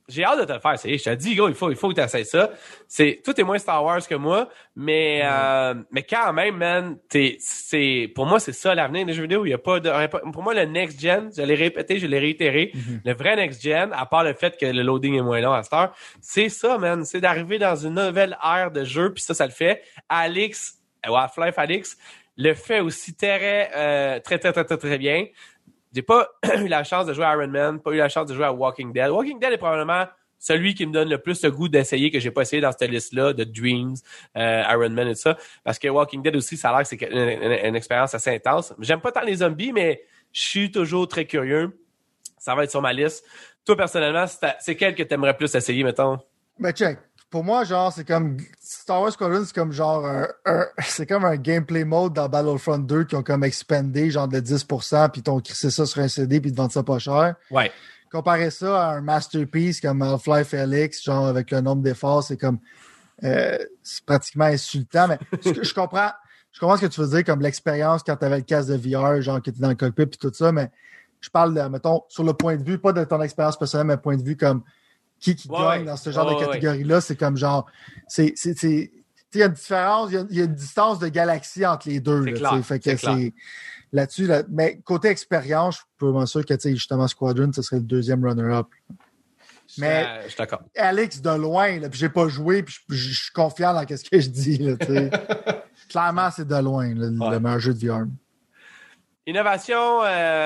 J'ai hâte de te le faire essayer. Je te dis, gros, il faut que tu essaies ça. Tout est moins Star Wars que moi, mais quand même, man, pour moi, c'est ça l'avenir des jeux vidéo. Il y a pas pour moi, le next gen, je l'ai répété, je l'ai réitéré, le vrai next gen, à part le fait que le loading est moins long à cette heure, c'est ça, man. C'est d'arriver dans une nouvelle ère de jeu, puis ça le fait. Half-Life Alyx le fait aussi très, très, très, très, très bien. J'ai pas eu la chance de jouer à Iron Man, pas eu la chance de jouer à Walking Dead. Walking Dead est probablement celui qui me donne le plus le goût d'essayer que j'ai pas essayé dans cette liste-là de Dreams, Iron Man et tout ça. Parce que Walking Dead aussi, ça a l'air que c'est une expérience assez intense. J'aime pas tant les zombies, mais je suis toujours très curieux. Ça va être sur ma liste. Toi, personnellement, c'est quel que t'aimerais plus essayer, mettons? Ben, check. Pour moi, genre, c'est comme Star Wars Squadron, c'est comme genre c'est comme un gameplay mode dans Battlefront 2 qui ont comme expandé genre de 10%, puis t'ont crissé ça sur un CD puis ils te vendent ça pas cher. Ouais. Comparer ça à un masterpiece comme Half-Life Alyx, genre avec le nombre d'efforts, c'est comme c'est pratiquement insultant, mais je comprends ce que tu veux dire, comme l'expérience quand t'avais le casque de VR, genre que t'es dans le cockpit puis tout ça, mais je parle de, mettons, sur le point de vue, pas de ton expérience personnelle, mais point de vue comme qui gagne dans ce genre de catégorie-là, c'est comme genre, il y a une différence, il y a une distance de galaxie entre les deux. C'est là-dessus, mais côté expérience, je peux m'assurer que justement Squadron, ce serait le deuxième runner-up. Mais je suis d'accord. Alex, de loin, puis j'ai pas joué, puis je suis confiant dans ce que je dis. Là, clairement, c'est de loin le meilleur jeu de VR. Innovation,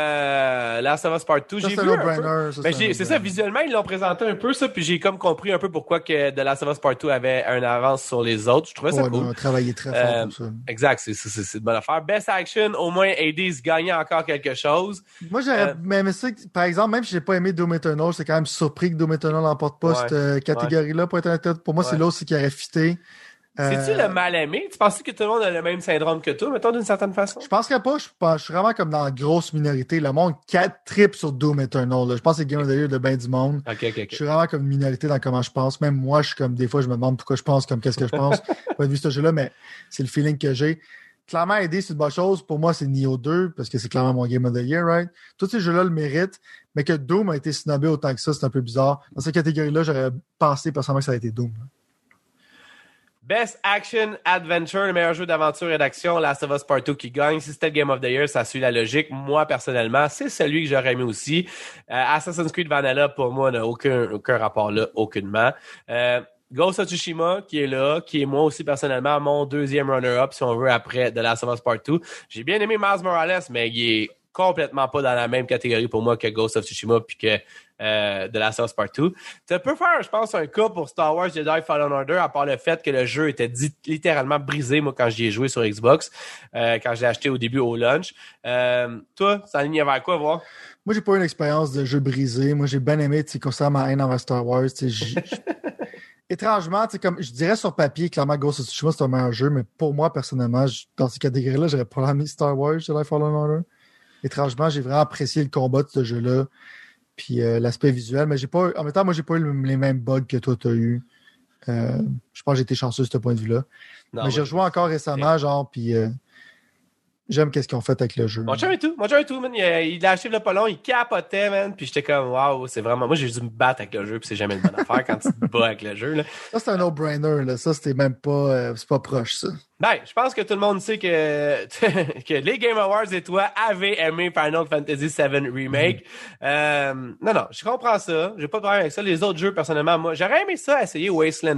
Last of Us Part 2. J'ai vu un peu. C'est ça, visuellement, ils l'ont présenté un peu, ça, puis j'ai comme compris un peu pourquoi que The Last of Us Part 2 avait un avance sur les autres. Je trouvais ça cool. Ils ont travaillé très fort pour ça. Exact, c'est de bonne affaire. Best Action, au moins, Hades gagnait encore quelque chose. Moi, j'aurais aimé ça, par exemple, même si j'ai pas aimé Doom Eternal, c'est quand même surpris que Doom Eternal n'emporte pas cette catégorie-là. Pour moi, c'est l'autre qui aurait fité. C'est-tu le mal-aimé? Tu penses que tout le monde a le même syndrome que toi, mettons, d'une certaine façon? Je penserais pas. Je suis vraiment comme dans la grosse minorité. Le monde tripe sur Doom Eternal. Là. Je pense que c'est Game of the Year de ben du monde. Okay. Je suis vraiment comme une minorité dans comment je pense. Même moi, je suis comme, des fois, je me demande pourquoi je pense comme qu'est-ce que je pense. Pas vu ce jeu-là, mais c'est le feeling que j'ai. Clairement, aider, c'est une bonne chose. Pour moi, c'est Nioh 2, parce que c'est clairement mon Game of the Year, right? Tous ces jeux-là le méritent, mais que Doom a été snobé autant que ça, c'est un peu bizarre. Dans cette catégorie-là, j'aurais pensé personnellement que ça a été Doom. Best Action Adventure, le meilleur jeu d'aventure et d'action, Last of Us Part 2 qui gagne. Si c'était le Game of the Year, ça suit la logique. Moi, personnellement, c'est celui que j'aurais aimé aussi. Assassin's Creed Valhalla, pour moi, n'a aucun rapport là, aucunement. Ghost of Tsushima, qui est là, qui est moi aussi, personnellement, mon deuxième runner-up, si on veut, après The Last of Us Part 2. J'ai bien aimé Miles Morales, mais il est complètement pas dans la même catégorie pour moi que Ghost of Tsushima puis que The Last of Us Part 2. Tu peux faire, je pense, un cas pour Star Wars Jedi Fallen Order, à part le fait que le jeu était littéralement brisé, moi, quand j'y ai joué sur Xbox, quand je l'ai acheté au début au launch. Toi, ça aligne vers quoi, voir? Moi, j'ai pas eu une expérience de jeu brisé. Moi, j'ai bien aimé, concernant ma haine envers Star Wars. Étrangement, comme je dirais sur papier, clairement, Ghost of Tsushima, c'est un meilleur jeu, mais pour moi, personnellement, dans ces catégories-là, j'aurais pas mis Star Wars Jedi Fallen Order. Étrangement, j'ai vraiment apprécié le combat de ce jeu-là, puis l'aspect visuel, mais en même temps, moi, j'ai pas eu les mêmes bugs que toi, t'as eu. Je pense que j'ai été chanceux de ce point de vue-là. Mais j'ai rejoué encore récemment, genre, puis j'aime qu'est-ce qu'ils ont fait avec le jeu. Mon chum et tout, man. Il l'a acheté le pas long, il capotait, man. Puis j'étais comme, waouh, c'est vraiment. Moi, j'ai dû me battre avec le jeu, puis c'est jamais une bonne affaire quand tu te bats avec le jeu, là. Ça, c'est un no-brainer, là. Ça, c'était même pas. C'est pas proche, ça. Ben, je pense que tout le monde sait que, que les Game Awards et toi avez aimé Final Fantasy VII Remake. Non, je comprends ça. J'ai pas de problème avec ça. Les autres jeux, personnellement, moi, j'aurais aimé ça essayer Wasteland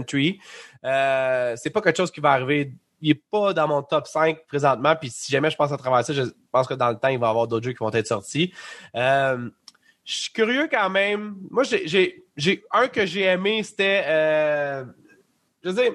3. C'est pas quelque chose qui va arriver. Il est pas dans mon top 5 présentement, puis si jamais je pense à travers ça, je pense que dans le temps, il va y avoir d'autres jeux qui vont être sortis. Je suis curieux quand même. Moi, j'ai un que j'ai aimé, c'était... je veux dire,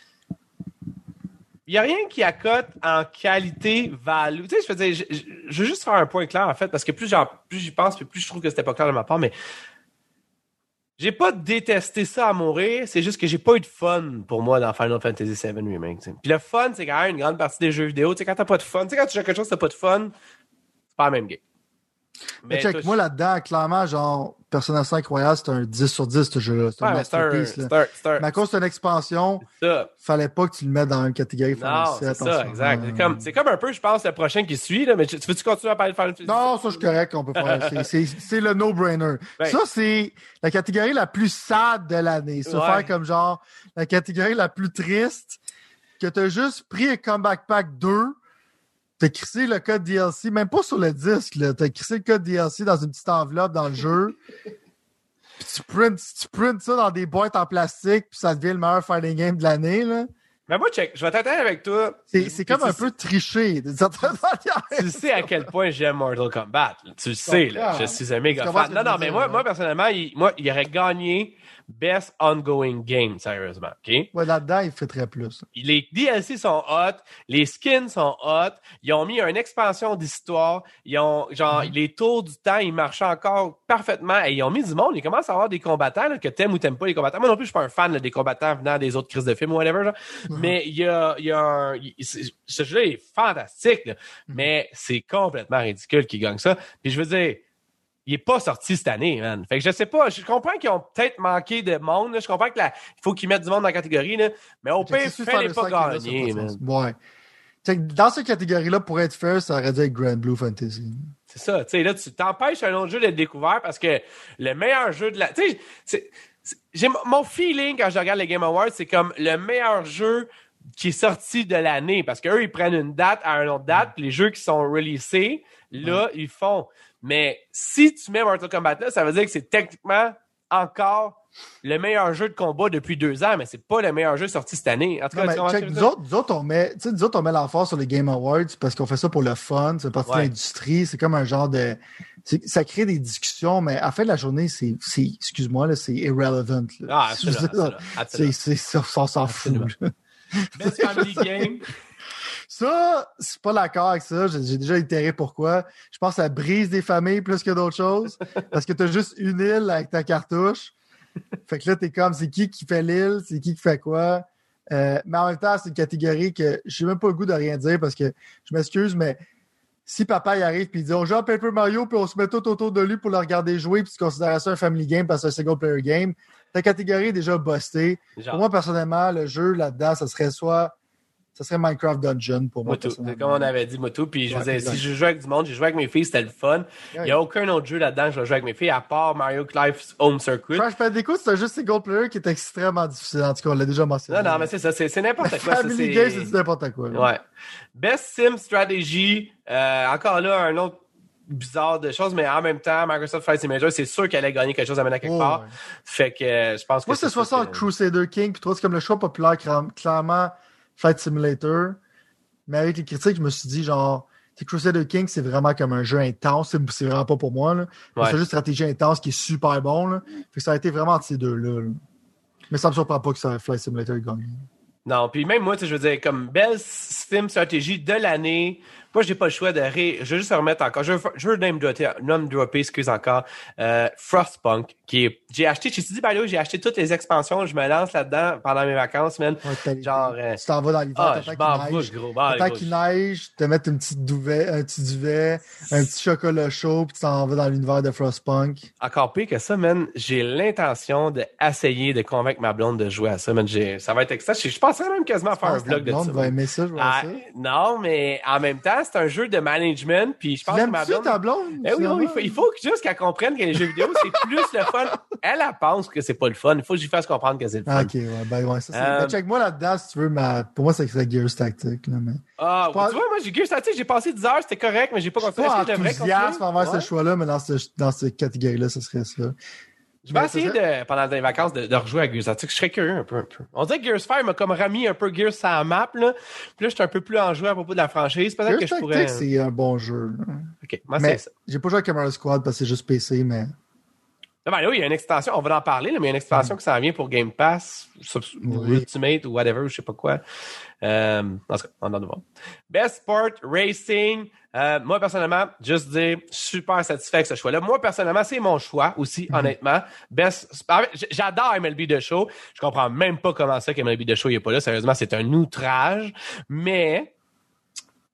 il n'y a rien qui accote en qualité value. Tu sais, je veux dire, je veux juste faire un point clair, en fait, parce que plus j'y pense, puis plus je trouve que c'était pas clair de ma part, mais j'ai pas détesté ça à mourir, c'est juste que j'ai pas eu de fun pour moi dans Final Fantasy VII Remake. T'sais. Puis le fun, c'est quand même une grande partie des jeux vidéo. Tu sais, quand t'as pas de fun, tu sais, quand tu joues à quelque chose, t'as pas de fun, c'est pas la même game. Mais check, moi là-dedans, clairement, genre, Persona 5 Royal, c'est un 10 sur 10, ce jeu-là. C'est un masterpiece. Mais à cause d'une expansion, fallait pas que tu le mettes dans une catégorie Final Fantasy. Non, c'est ça, exact. C'est comme un peu, je pense, le prochain qui suit, là, mais tu veux-tu continuer à parler de Final Fantasy? Non, ça, je suis correct, on peut faire. C'est le no-brainer. Ben. Ça, c'est la catégorie la plus sad de l'année. Se faire comme genre la catégorie la plus triste, que t'as juste pris un Comeback Pack 2, t'as crissé le code DLC, même pas sur le disque, là. T'as crissé le code DLC dans une petite enveloppe dans le jeu. Puis tu printes ça dans des boîtes en plastique, puis ça devient le meilleur fighting game de l'année, là. Mais moi, check, je vais t'attendre avec toi. C'est comme un peu triché, d'une certaine manière. Tu sais à quel point j'aime Mortal Kombat. Tu le sais, là. Je suis un méga fan. Non, mais moi, personnellement, il aurait gagné Best Ongoing Game, sérieusement. OK? Ouais, là-dedans, il fait très plus. Les DLC sont hot. Les skins sont hot. Ils ont mis une expansion d'histoire. Ils ont, les tours du temps, ils marchaient encore parfaitement. Et ils ont mis du monde. Ils commencent à avoir des combattants, là, que t'aimes ou t'aimes pas les combattants. Moi non plus, je suis pas un fan, là, des combattants venant des autres crises de films ou whatever, genre. Mais ce jeu est fantastique, là. Mais c'est complètement ridicule qu'ils gagnent ça. Puis je veux dire, il est pas sorti cette année, man. Fait que je sais pas, je comprends qu'ils ont peut-être manqué de monde, là. Je comprends qu'il faut qu'ils mettent du monde dans la catégorie, là. Mais au pire, fallait pas gagner, man. Ouais. Dans cette catégorie-là, pour être fair, ça aurait dû être Grand Blue Fantasy. C'est ça, tu sais, là, tu t'empêches un autre jeu d'être découvert parce que le meilleur jeu de la... Tu sais, j'ai mon feeling quand je regarde les Game Awards, c'est comme le meilleur jeu qui est sorti de l'année. Parce qu'eux, ils prennent une date à une autre date, puis les jeux qui sont releasés, là, ils font... Mais si tu mets Mortal Kombat là, ça veut dire que c'est techniquement encore le meilleur jeu de combat depuis 2 ans, mais c'est pas le meilleur jeu sorti cette année. En tout cas, nous autres, on met l'emphase sur les Game Awards parce qu'on fait ça pour le fun, c'est partie de l'industrie, c'est comme un genre de... Ça crée des discussions, mais à la fin de la journée, excuse-moi, là, c'est irrelevant. Là. Ah, absolument. On s'en fout. Best Family Game. Ça, c'est pas d'accord avec ça. J'ai déjà itéré pourquoi. Je pense que ça brise des familles plus que d'autres choses. Parce que t'as juste une île avec ta cartouche. Fait que là, t'es comme, c'est qui fait l'île? C'est qui fait quoi? Mais en même temps, c'est une catégorie que j'ai même pas le goût de rien dire parce que je m'excuse, mais si papa y arrive puis il dit on joue à Paper Mario puis on se met tout autour de lui pour le regarder jouer puis tu considères ça un family game parce que c'est un single player game, ta catégorie est déjà bustée. Pour moi, personnellement, le jeu là-dedans, ça serait Minecraft Dungeon pour moi. Comme on avait dit, Moto. Puis je veux dire, si je joue avec du monde, j'ai joué avec mes filles, c'était le fun. Il n'y a aucun autre jeu là-dedans que je vais jouer avec mes filles, à part Mario Life's Home Circuit. Crash Bandicoot, c'est un jeu single player qui est extrêmement difficile. En tout cas, on l'a déjà mentionné. Non, mais c'est ça. C'est n'importe quoi. Family Game, c'est n'importe quoi. Ouais. Best Sim Strategy. Encore là, un autre bizarre de choses, mais en même temps, Microsoft Flight Simulator, c'est sûr qu'elle allait gagner quelque chose à mener quelque part. Fait que je pense que... Moi, c'est 60 Crusader King, puis toi, c'est comme le choix populaire, clairement, Flight Simulator. Mais avec les critiques, je me suis dit, genre, Crusader King, c'est vraiment comme un jeu intense. C'est vraiment pas pour moi, là. C'est un jeu de stratégie intense qui est super bon, là. Fait que ça a été vraiment entre ces deux-là, là. Mais ça me surprend pas que ça Flight Simulator gagne. Non, puis même moi, je veux dire, comme belle Sim stratégie de l'année, moi, j'ai pas le choix de je vais juste remettre encore. Je veux name-dropper, excuse encore. Frostpunk, j'ai acheté, je t'ai dit, j'ai acheté toutes les expansions, je me lance là-dedans pendant mes vacances, man. Genre. Tu t'en vas dans l'hiver, je m'en bouge, gros. Tant qu'il neige, te mettre un petit duvet, un petit chocolat chaud, puis tu t'en vas dans l'univers de Frostpunk. Encore pire que ça, man, j'ai l'intention d'essayer de convaincre ma blonde de jouer à ça, man. Ça va être extra. Je penserais même quasiment faire un vlog de ça. Ma blonde va aimer ça, je vois ça. Non, mais en même temps, c'est un jeu de management, puis je pense que ma blonde... ta blonde? Oui, il faut juste qu'elle comprenne que les jeux vidéo, c'est plus le fun. Elle pense que c'est pas le fun. Il faut que je lui fasse comprendre que c'est le fun. OK, ouais, ça, c'est... check-moi là-dedans, si tu veux, pour moi, c'est Gears Tactics, là, mais... Tu vois, moi, j'ai Gears Tactics, j'ai passé 10 heures, c'était correct, mais j'ai pas continué. Je suis pas enthousiaste envers ce choix-là, mais dans cette catégorie-là, ce serait ça. Je vais essayer pendant les vacances de rejouer à Gears Tactics. Je serais curieux un peu. On dirait que Gears 5 m'a comme remis un peu Gears sur la map, là. Puis là, je suis un peu plus enjoué à propos de la franchise. Peut-être que je pourrais... Gears Tactics, c'est un bon jeu. Là. OK, moi, c'est ça. J'ai pas joué à Camera Squad parce que c'est juste PC, mais... Ben là, il y a une extension, on va en parler, là, mais il y a une extension qui s'en vient pour Game Pass, Ultimate ou whatever, je sais pas quoi. En tout cas, on en voir. Best Sport Racing. Moi, personnellement, juste dire, super satisfait avec ce choix-là. Moi, personnellement, c'est mon choix aussi, honnêtement. J'adore MLB The Show. Je comprends même pas comment ça qu'MLB The Show n'est pas là. Sérieusement, c'est un outrage. Mais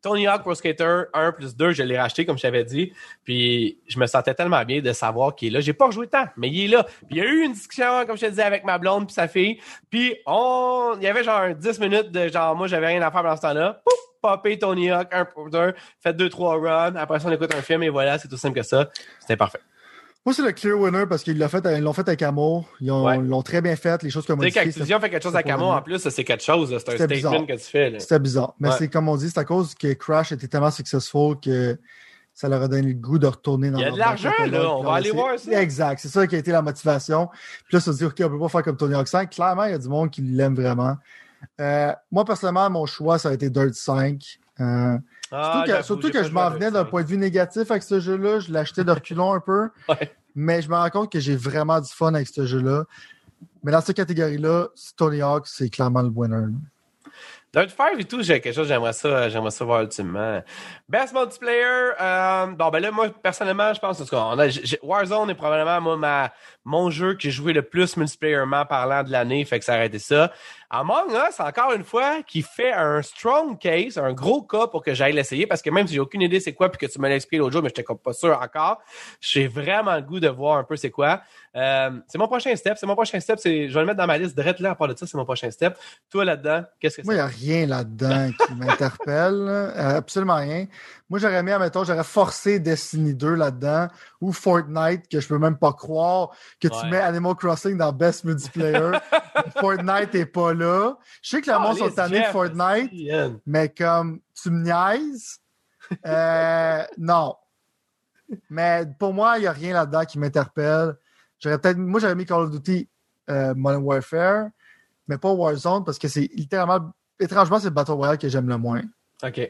Tony Hawk Pro Skater 1+2, je l'ai racheté, comme je t'avais dit. Puis, je me sentais tellement bien de savoir qu'il est là. J'ai pas rejoué tant, mais il est là. Puis, il y a eu une discussion, comme je te disais, avec ma blonde puis sa fille. Puis, il y avait genre 10 minutes de genre, moi, j'avais rien à faire pendant ce temps-là. Pouf! Popé Tony Hawk 1+2, fait 2-3 runs. Après ça, on écoute un film et voilà, c'est tout simple que ça. C'était parfait. Moi, c'est le clear winner parce qu'ils l'ont fait avec Amour. Ils l'ont très bien fait, les choses comme on dit. Tu sais, quand Activision fait quelque chose avec Amour, en plus, c'est quelque chose. C'est un statement bizarre. Que tu fais. Là. C'était bizarre. Mais c'est comme on dit, c'est à cause que Crash était tellement successful que ça leur a donné le goût de retourner dans Il y a de l'argent, là. On va aller voir ça. Exact. C'est ça qui a été la motivation. Puis là, ça se dit, OK, on peut pas faire comme Tony Hawk 5. Clairement, il y a du monde qui l'aime vraiment. Moi, personnellement, mon choix, ça a été Dirt 5. Surtout que je m'en venais d'un point de vue négatif avec ce jeu-là. Je l'achetais de reculons un peu. Ouais. Mais je me rends compte que j'ai vraiment du fun avec ce jeu-là. Mais dans cette catégorie-là, Tony Hawk, c'est clairement le winner. Dirt 5 et tout, j'ai quelque chose, j'aimerais ça voir ultimement. Best multiplayer, bon ben là, moi, personnellement, je pense que Warzone est probablement mon jeu que j'ai joué le plus multiplayerment parlant de l'année, fait que ça a arrêté ça. Among Us, encore une fois, qui fait un strong case, un gros cas pour que j'aille l'essayer, parce que même si j'ai aucune idée c'est quoi, puis que tu me l'as expliqué l'autre jour, mais je n'étais pas sûr encore, j'ai vraiment le goût de voir un peu c'est quoi. C'est mon prochain step. Je vais le mettre dans ma liste direct là, à part de ça, c'est mon prochain step. Toi, là-dedans, qu'est-ce que c'est? Moi, il n'y a rien là-dedans qui m'interpelle. Absolument rien. Moi, j'aurais mis, admettons, j'aurais forcé Destiny 2 là-dedans, ou Fortnite, que je peux même pas croire que tu mets Animal Crossing dans Best Multiplayer. Fortnite n'est pas là. Je sais que le monde sont tannés de Fortnite, mais comme tu me niaises, non. Mais pour moi, il n'y a rien là-dedans qui m'interpelle. Moi, j'aurais mis Call of Duty Modern Warfare, mais pas Warzone, parce que c'est littéralement, étrangement, c'est le Battle Royale que j'aime le moins. OK.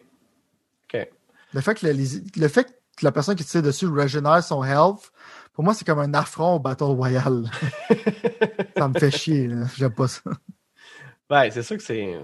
Le fait que la personne qui tire dessus régénère son health, pour moi, c'est comme un affront au Battle Royale. Ça me fait chier, là. J'aime pas ça. Ouais, c'est sûr que c'est...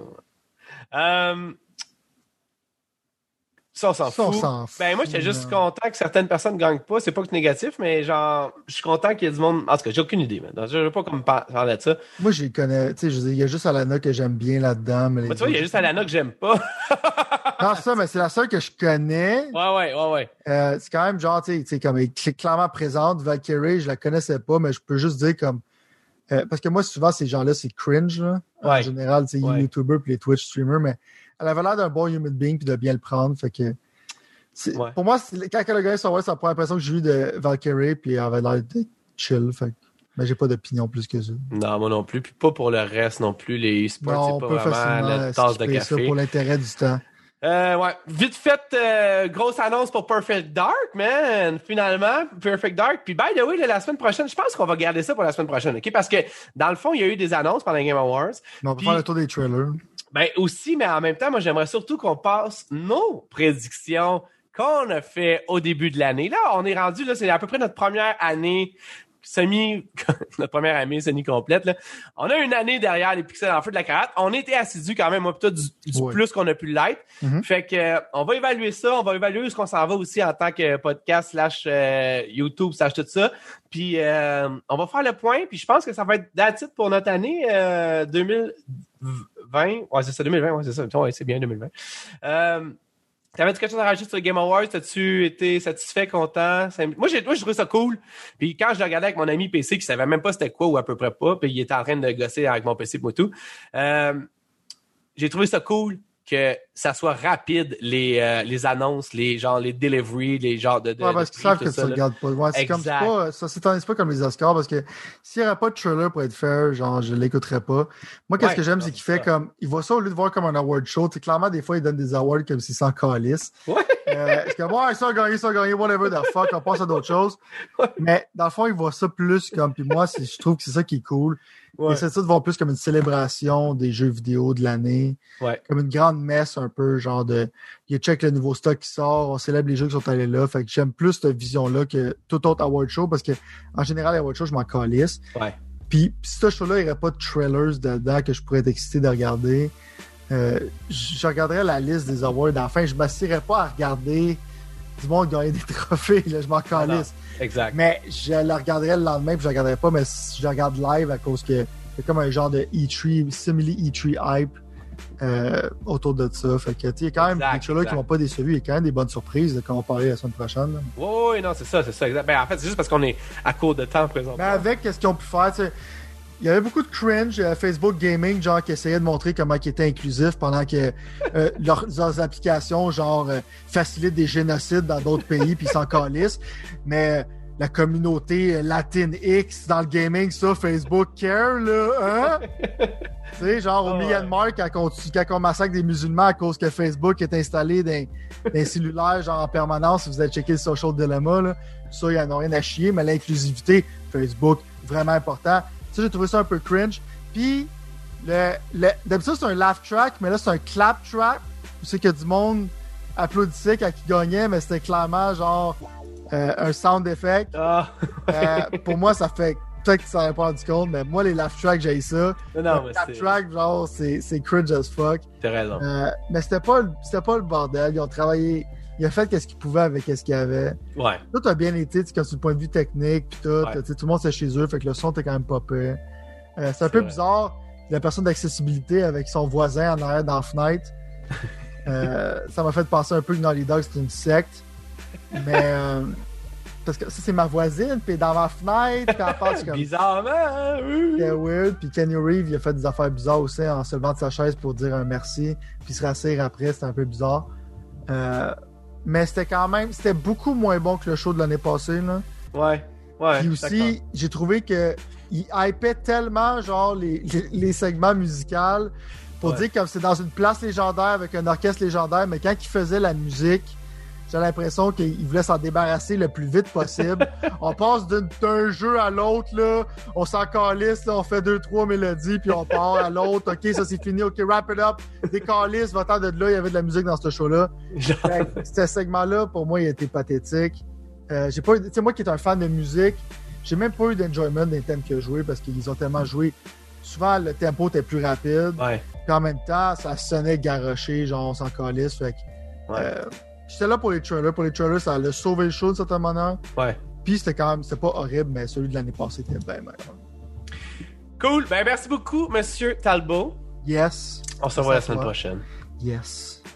Ça, on s'en fout. Ben, moi, j'étais juste content que certaines personnes ne gagnent pas. C'est pas que c'est négatif, mais genre, je suis content qu'il y ait du monde. En tout cas, j'ai aucune idée, maintenant. Je ne veux pas comme parler de ça. Moi, je connais. Tu sais, je veux dire, il y a juste Alana que j'aime bien là-dedans. Mais tu vois, il y a juste Alana que j'aime pas. Non, ça, mais c'est la seule que je connais. Ouais. C'est quand même genre, tu sais, comme elle est clairement présente. Valkyrie, je la connaissais pas, mais je peux juste dire comme. Parce que moi, souvent, ces gens-là, c'est cringe, là. En général, tu sais, les YouTubers et les Twitch streamers, mais elle avait l'air d'un bon human being puis de bien le prendre. Fait que. Pour moi, quand elle a gagné son c'est la première impression que j'ai eue de Valkyrie, puis elle avait l'air de chill. Fait que. Mais j'ai pas d'opinion plus que ça. Non, moi non plus. Puis pas pour le reste non plus. Les e-sports, c'est pas vraiment la tasse de café. Ça pour l'intérêt du temps. Ouais. Vite fait, grosse annonce pour Perfect Dark, man. Finalement, Perfect Dark. Puis, by the way, la semaine prochaine, je pense qu'on va garder ça pour la semaine prochaine, OK? Parce que, dans le fond, il y a eu des annonces pendant Game Awards. Mais on va faire le tour des trailers. Ben, aussi, mais en même temps, moi, j'aimerais surtout qu'on passe nos prédictions qu'on a fait au début de l'année. Là, on est rendu, là, c'est à peu près notre première année notre première année semi-complète, là. On a une année derrière les pixels en feu de la cravate. On était assidus quand même, moi, plutôt du plus qu'on a pu l'être. Mm-hmm. Fait que, on va évaluer ça. On va évaluer où est-ce qu'on s'en va aussi en tant que podcast / YouTube / tout ça. Puis, on va faire le point. Puis, je pense que ça va être that's it pour notre année 2020. Ouais, c'est ça, 2020. Ouais, c'est ça. Ouais, c'est bien 2020. T'avais-tu quelque chose à rajouter sur le Game Awards? As-tu été satisfait, content? Moi, j'ai trouvé ça cool. Puis quand je le regardais avec mon ami PC qui savait même pas c'était quoi ou à peu près pas, puis il était en train de gosser avec mon PC pour tout, j'ai trouvé ça cool que ça soit rapide les annonces, les deliveries, les genres de parce qu'ils savent que tu regardes pas. Ouais, c'est comme c'est pas comme les Oscars parce que s'il n'y aurait pas de trailer pour être fair, genre je l'écouterais pas. Moi, qu'est-ce que j'aime, c'est qu'il fait comme il voit ça au lieu de voir comme un award show. Clairement, des fois, il donne des awards comme s'il s'en calisse. Ouais. C'est comme ça a gagné, whatever the fuck, on passe à d'autres choses. Ouais. Mais dans le fond, il voit ça plus comme. Puis moi, je trouve que c'est ça qui est cool. Ouais. Et c'est ça de voir plus comme une célébration des jeux vidéo de l'année. Ouais. Comme une grande messe un peu, genre de il check le nouveau stock qui sort, on célèbre les jeux qui sont allés là. Fait que j'aime plus cette vision-là que tout autre award show parce que en général, les award shows, je m'en calisse. Ouais. Puis si ce show-là, il n'y aurait pas de trailers dedans que je pourrais être excité de regarder. Je regarderais la liste des awards. Enfin, je ne m'assirais pas à regarder du monde gagner des trophées. Là, je m'en calisse. Exact. Mais je la regarderais le lendemain puis je ne regarderais pas, mais je regarde live à cause que c'est comme un genre de E3, simili E3 hype. autour de ça. Fait que, il y a quand même des trailers qui m'ont pas déçu. Il y a quand même des bonnes surprises là, quand on parlait la semaine prochaine. Là. Oui, non, c'est ça, exact. Ben, en fait, c'est juste parce qu'on est à court de temps présentement. Mais avec ce qu'ils ont pu faire, il y avait beaucoup de cringe Facebook Gaming, genre, qui essayait de montrer comment ils étaient inclusifs pendant que leurs applications, genre, facilitent des génocides dans d'autres pays, puis ils s'en calissent. Mais la communauté Latinx dans le gaming, ça, Facebook care, là, hein? Tu sais, genre, au Myanmar, quand on massacre des musulmans à cause que Facebook est installé dans les cellulaires, genre, en permanence, si vous avez checké le Social Dilemma, là, ça, ils n'en ont rien à chier, mais l'inclusivité, Facebook, vraiment important. Ça, j'ai trouvé ça un peu cringe. Puis, d'habitude, c'est un laugh track, mais là, c'est un clap track. C'est que du monde applaudissait quand il gagnait, mais c'était clairement, genre, un sound effect. Pour moi, ça fait... Peut-être que tu t'en as pas rendu compte, mais moi, les laugh tracks, j'ai ça. Non, mais laugh track, genre, c'est cringe as fuck. T'as raison. Mais c'était pas le bordel. Ils ont travaillé... Il a fait ce qu'il pouvait avec ce qu'il y avait. Ouais. Tout a bien été, quand c'est le point de vue technique, pis tout. Ouais. Tout le monde c'est chez eux, fait que le son était quand même pas peu. C'est un peu bizarre, la personne d'accessibilité avec son voisin en arrière dans la fenêtre. Ça m'a fait penser un peu que Naughty Dog c'est une secte. Mais parce que ça c'est ma voisine, puis dans ma fenêtre, puis elle passe comme. Bizarrement, c'était weird. Puis Kenny Reeves, il a fait des affaires bizarres aussi en se levant de sa chaise pour dire un merci, puis se rasseoir après, c'était un peu bizarre. Mais c'était beaucoup moins bon que le show de l'année passée, là. Ouais. Puis aussi, j'ai trouvé que il hypait tellement, genre, les segments musicaux pour dire que c'est dans une place légendaire avec un orchestre légendaire, mais quand il faisait la musique, j'ai l'impression qu'il voulait s'en débarrasser le plus vite possible. On passe d'un jeu à l'autre, là. On s'en calisse, là. On fait 2-3 mélodies, puis on part à l'autre. OK, ça, c'est fini. OK, wrap it up. Des calices, va-t'en de là. Il y avait de la musique dans ce show-là. Ce segment-là, pour moi, il a été pathétique. J'ai pas eu... Tu sais, moi qui est un fan de musique, j'ai même pas eu d'enjoyment des thèmes qu'il a joué parce qu'ils ont tellement joué. Souvent, le tempo était plus rapide. Ouais. Puis en même temps, ça sonnait garoché, genre, on s'en calisse. Fait que... J'étais là pour les trailers. Pour les trailers, ça allait sauver le show d'une certaine manière. Ouais. Puis c'était pas horrible, mais celui de l'année passée était bien meilleur. Cool. Ben, merci beaucoup, Monsieur Talbot. Yes. On se revoit la semaine prochaine. Yes.